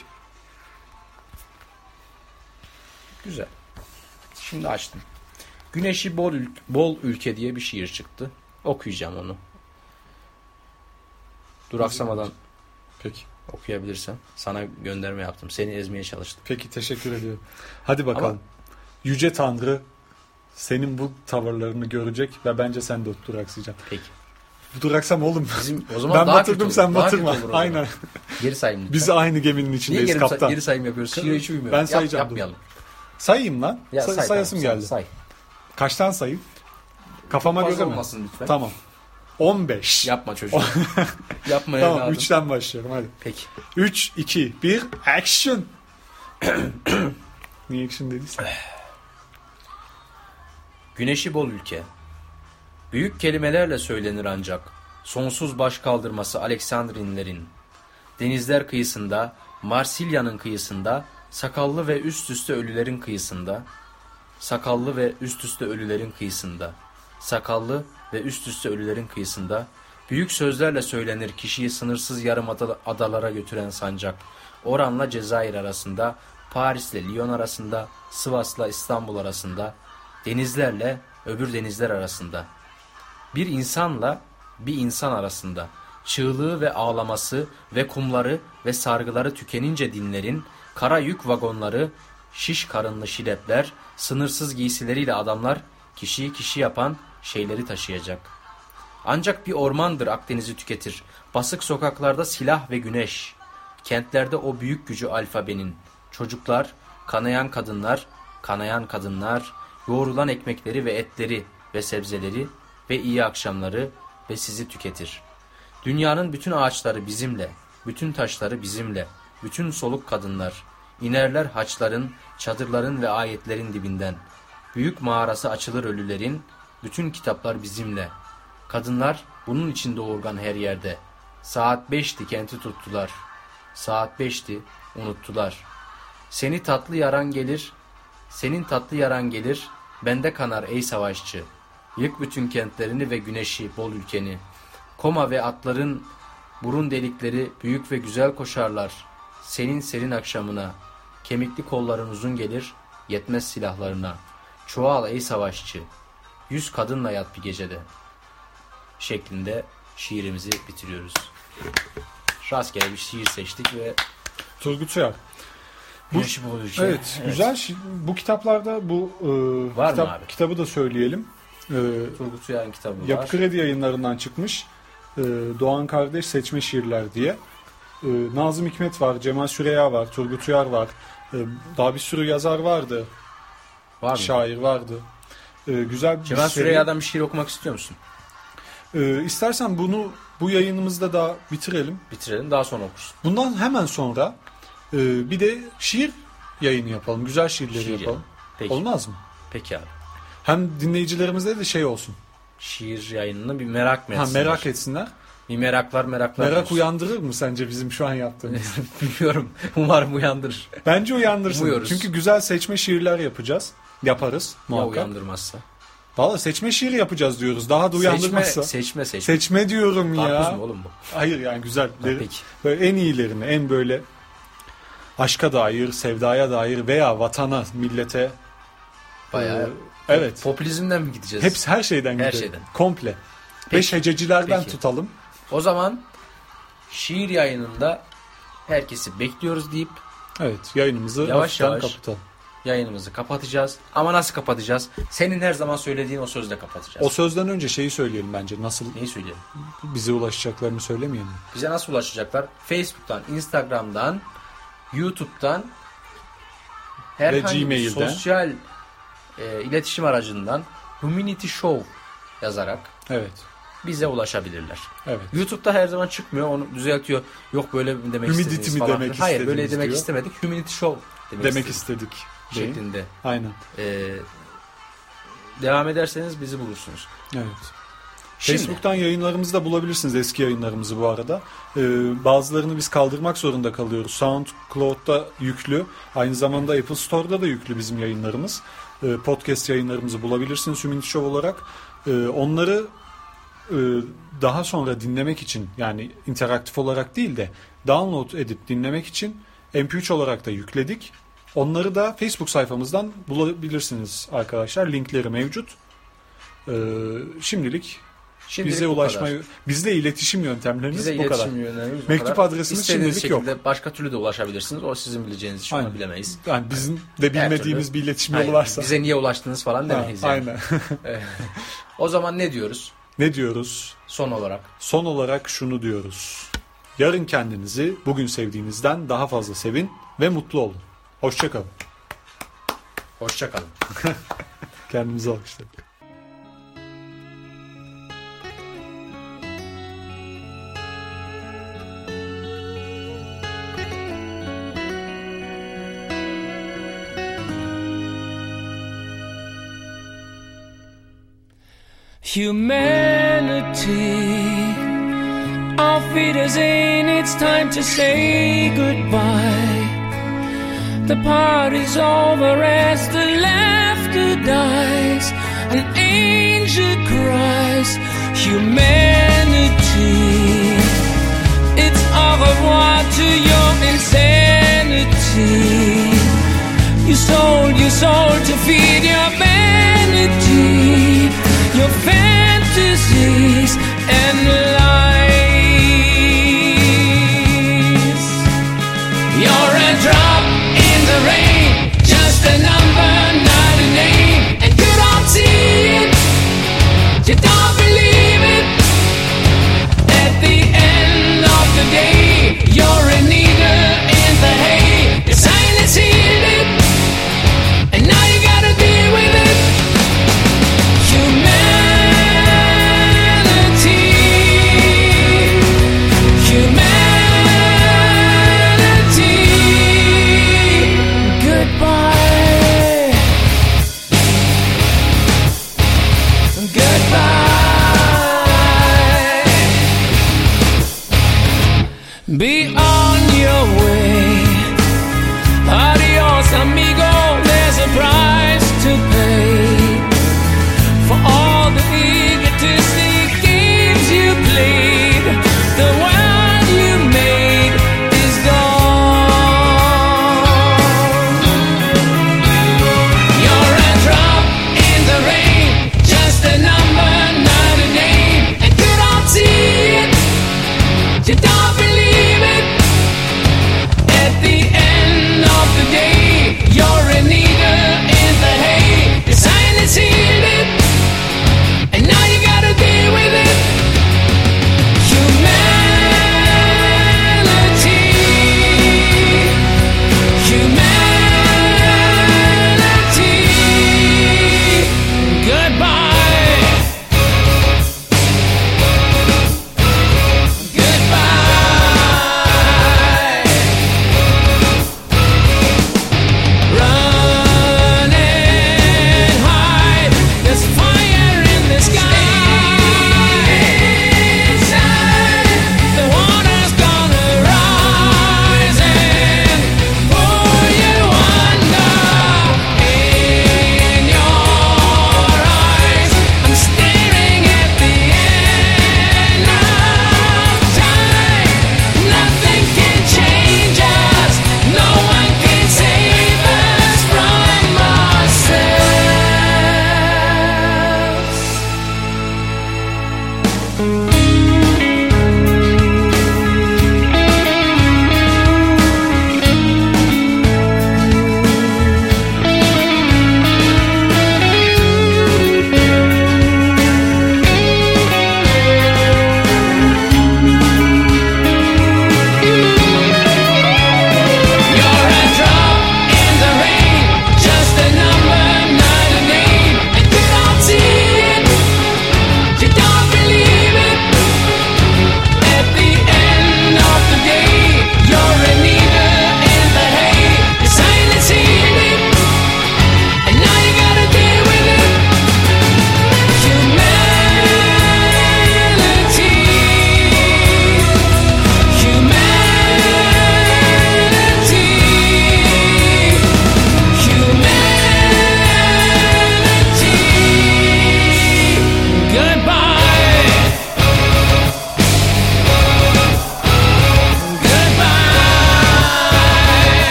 Güzel. Şimdi açtım. Güneşi bol ülke diye bir şiir çıktı. Okuyacağım onu. Duraksamadan peki okuyabilirsem. Sana gönderme yaptım. Seni ezmeye çalıştım. Peki, teşekkür ediyorum. Hadi bakalım. Yüce Tanrı senin bu tavırlarını görecek ve bence sen de duraksayacaksın. Peki. Duraksam oğlum. O zaman ben daha batırdım, sen batırma. Aynen. Geri sayayım lütfen. Biz aynı geminin içindeyiz kaptan. Geri sayım yapıyoruz. Şiire hiç uymuyor. Ben sayacağım. Yapmayalım. Sayayım lan. Sayasım tamam, geldi. Say. Kaçtan sayayım? Kafama göre mi? Lütfen. Tamam. 15. Yapma çocuğum. Yapma tamam, evladım. 3'ten başlıyorum hadi. Peki. 3, 2, 1, action. Niye action dediysen? Güneşi bol ülke. Büyük kelimelerle söylenir ancak. Sonsuz baş kaldırması Aleksandrinlerin. Denizler kıyısında, Marsilya'nın kıyısında, sakallı ve üst üste ölülerin kıyısında, sakallı ve üst üste ölülerin kıyısında, sakallı ve üst üste ölülerin kıyısında, büyük sözlerle söylenir kişiyi sınırsız yarım adalara götüren sancak. Oran'la Cezayir arasında, Paris'le Lyon arasında, Sivas'la İstanbul arasında, denizlerle öbür denizler arasında, bir insanla bir insan arasında, çığlığı ve ağlaması ve kumları ve sargıları tükenince dinlerin, kara yük vagonları, şiş karınlı şilepler, sınırsız giysileriyle adamlar kişiyi kişi yapan şeyleri taşıyacak. Ancak bir ormandır Akdeniz'i tüketir, basık sokaklarda silah ve güneş, kentlerde o büyük gücü alfabenin, çocuklar, kanayan kadınlar, yoğrulan ekmekleri ve etleri ve sebzeleri ve iyi akşamları ve sizi tüketir. Dünyanın bütün ağaçları bizimle, bütün taşları bizimle, bütün soluk kadınlar, inerler haçların, çadırların ve ayetlerin dibinden. Büyük mağarası açılır ölülerin, bütün kitaplar bizimle. Kadınlar bunun için doğurgan her yerde. Saat 5'ti kenti tuttular. Saat 5'ti unuttular. Senin tatlı yaran gelir, bende kanar ey savaşçı. Yık bütün kentlerini ve güneşi, bol ülkeni. Koma ve atların burun delikleri büyük ve güzel koşarlar. Senin serin akşamına, kemikli kolların uzun gelir, yetmez silahlarına. Çoğal ey savaşçı, 100 kadınla yat bir gecede. Şeklinde şiirimizi bitiriyoruz. Rastgele bir şiir seçtik ve Turgut Uyar. Evet, güzel. Bu kitaplarda var kitabı da söyleyelim. Turgut Uyar'ın kitabı var. Yapı Kredi Yayınlarından çıkmış. Doğan Kardeş Seçme Şiirler diye. Nazım Hikmet var, Cemal Süreya var, Turgut Uyar var. Daha bir sürü yazar vardı. Var mı? Şair vardı. Güzel bir Cemal Süreyya'dan bir şiir okumak istiyor musun? İstersen bu yayınımızda da bitirelim. Bitirelim, daha sonra okursun. Bundan hemen sonra bir de şiir yayını yapalım. Güzel şiirleri yapalım. Peki. Olmaz mı? Peki abi. Hem dinleyicilerimizde de şey olsun. Şiir yayınını bir merak mı etsinler? Merak etsinler. Bir meraklar. Merak uyandırır mı sence bizim şu an yaptığımız? Bilmiyorum. Umarım uyandırır. Bence uyandırsın. Umuyoruz. Çünkü güzel seçme şiirler yaparız muhakkak. Ya uyandırmazsa? Valla seçme şiir yapacağız diyoruz. Daha da uyandırmazsa. Seçme. Seçme diyorum ya. Karpuz mu oğlum bu? Hayır yani güzel. Peki. Böyle en iyilerini, en böyle aşka dair, sevdaya dair veya vatana, millete. Bayağı. Evet. Popülizmden mi gideceğiz? Hepsi her şeyden gidelim. Her şeyden. Komple. Peki. 5 hececilerden Peki. tutalım. O zaman şiir yayınında herkesi bekliyoruz deyip Evet, yayınımızı yavaş kapatalım. Yayınımızı kapatacağız. Ama nasıl kapatacağız? Senin her zaman söylediğin o sözle kapatacağız. O sözden önce şeyi söyleyelim bence. Nasıl Neyi söyleyelim? bize ulaşacaklarını söylemeyelim mi? Bize nasıl ulaşacaklar? Facebook'tan, Instagram'dan, YouTube'dan, herhangi bir Gmail'den. sosyal iletişim aracından Humanity Show yazarak Evet. bize ulaşabilirler. Evet. YouTube'da her zaman çıkmıyor. Onu düzeltiyor. Yok böyle mi demek Humidity istediniz mi falan. demek Hayır istediniz böyle demek diyor. istemedik. Humanity Show Demek istedik. şeklinde. Aynen. Devam ederseniz bizi bulursunuz. Evet. Şimdi, Facebook'tan yayınlarımızı da bulabilirsiniz, eski yayınlarımızı bu arada. Bazılarını biz kaldırmak zorunda kalıyoruz. SoundCloud'da yüklü. Aynı zamanda Apple Store'da da yüklü bizim yayınlarımız. Podcast yayınlarımızı bulabilirsiniz Humanity Show olarak. Onları daha sonra dinlemek için, yani interaktif olarak değil de download edip dinlemek için MP3 olarak da yükledik. Onları da Facebook sayfamızdan bulabilirsiniz arkadaşlar. Linkleri mevcut. Şimdilik bize ulaşmayı, bizle iletişim yöntemlerimiz bu kadar. Mektup adresimiz şimdilik yok. Başka türlü de ulaşabilirsiniz. O sizin bileceğiniz için onu bilemeyiz. Yani bizim de bilmediğimiz bir iletişim yolu varsa. Bize niye ulaştınız falan demeyiz. Aynen. O zaman ne diyoruz? Ne diyoruz? Son olarak. Son olarak şunu diyoruz. Yarın kendinizi bugün sevdiğinizden daha fazla sevin ve mutlu olun. Hoşça kalın. Hoşça kalın. Kendimizi alkışladık. Humanity, auf Wiedersehen, it's time to say goodbye. The party's over as the laughter dies, an angel cries. Humanity, it's au revoir to your insanity. You sold your soul to feed your vanity, your fantasies and lies. You're a drop in the rain, just a number, not a name. And you don't see it, you don't believe it. At the end of the day, you're a needle in the hay. Your silence healed it, and now you gotta deal with it. Be on your way.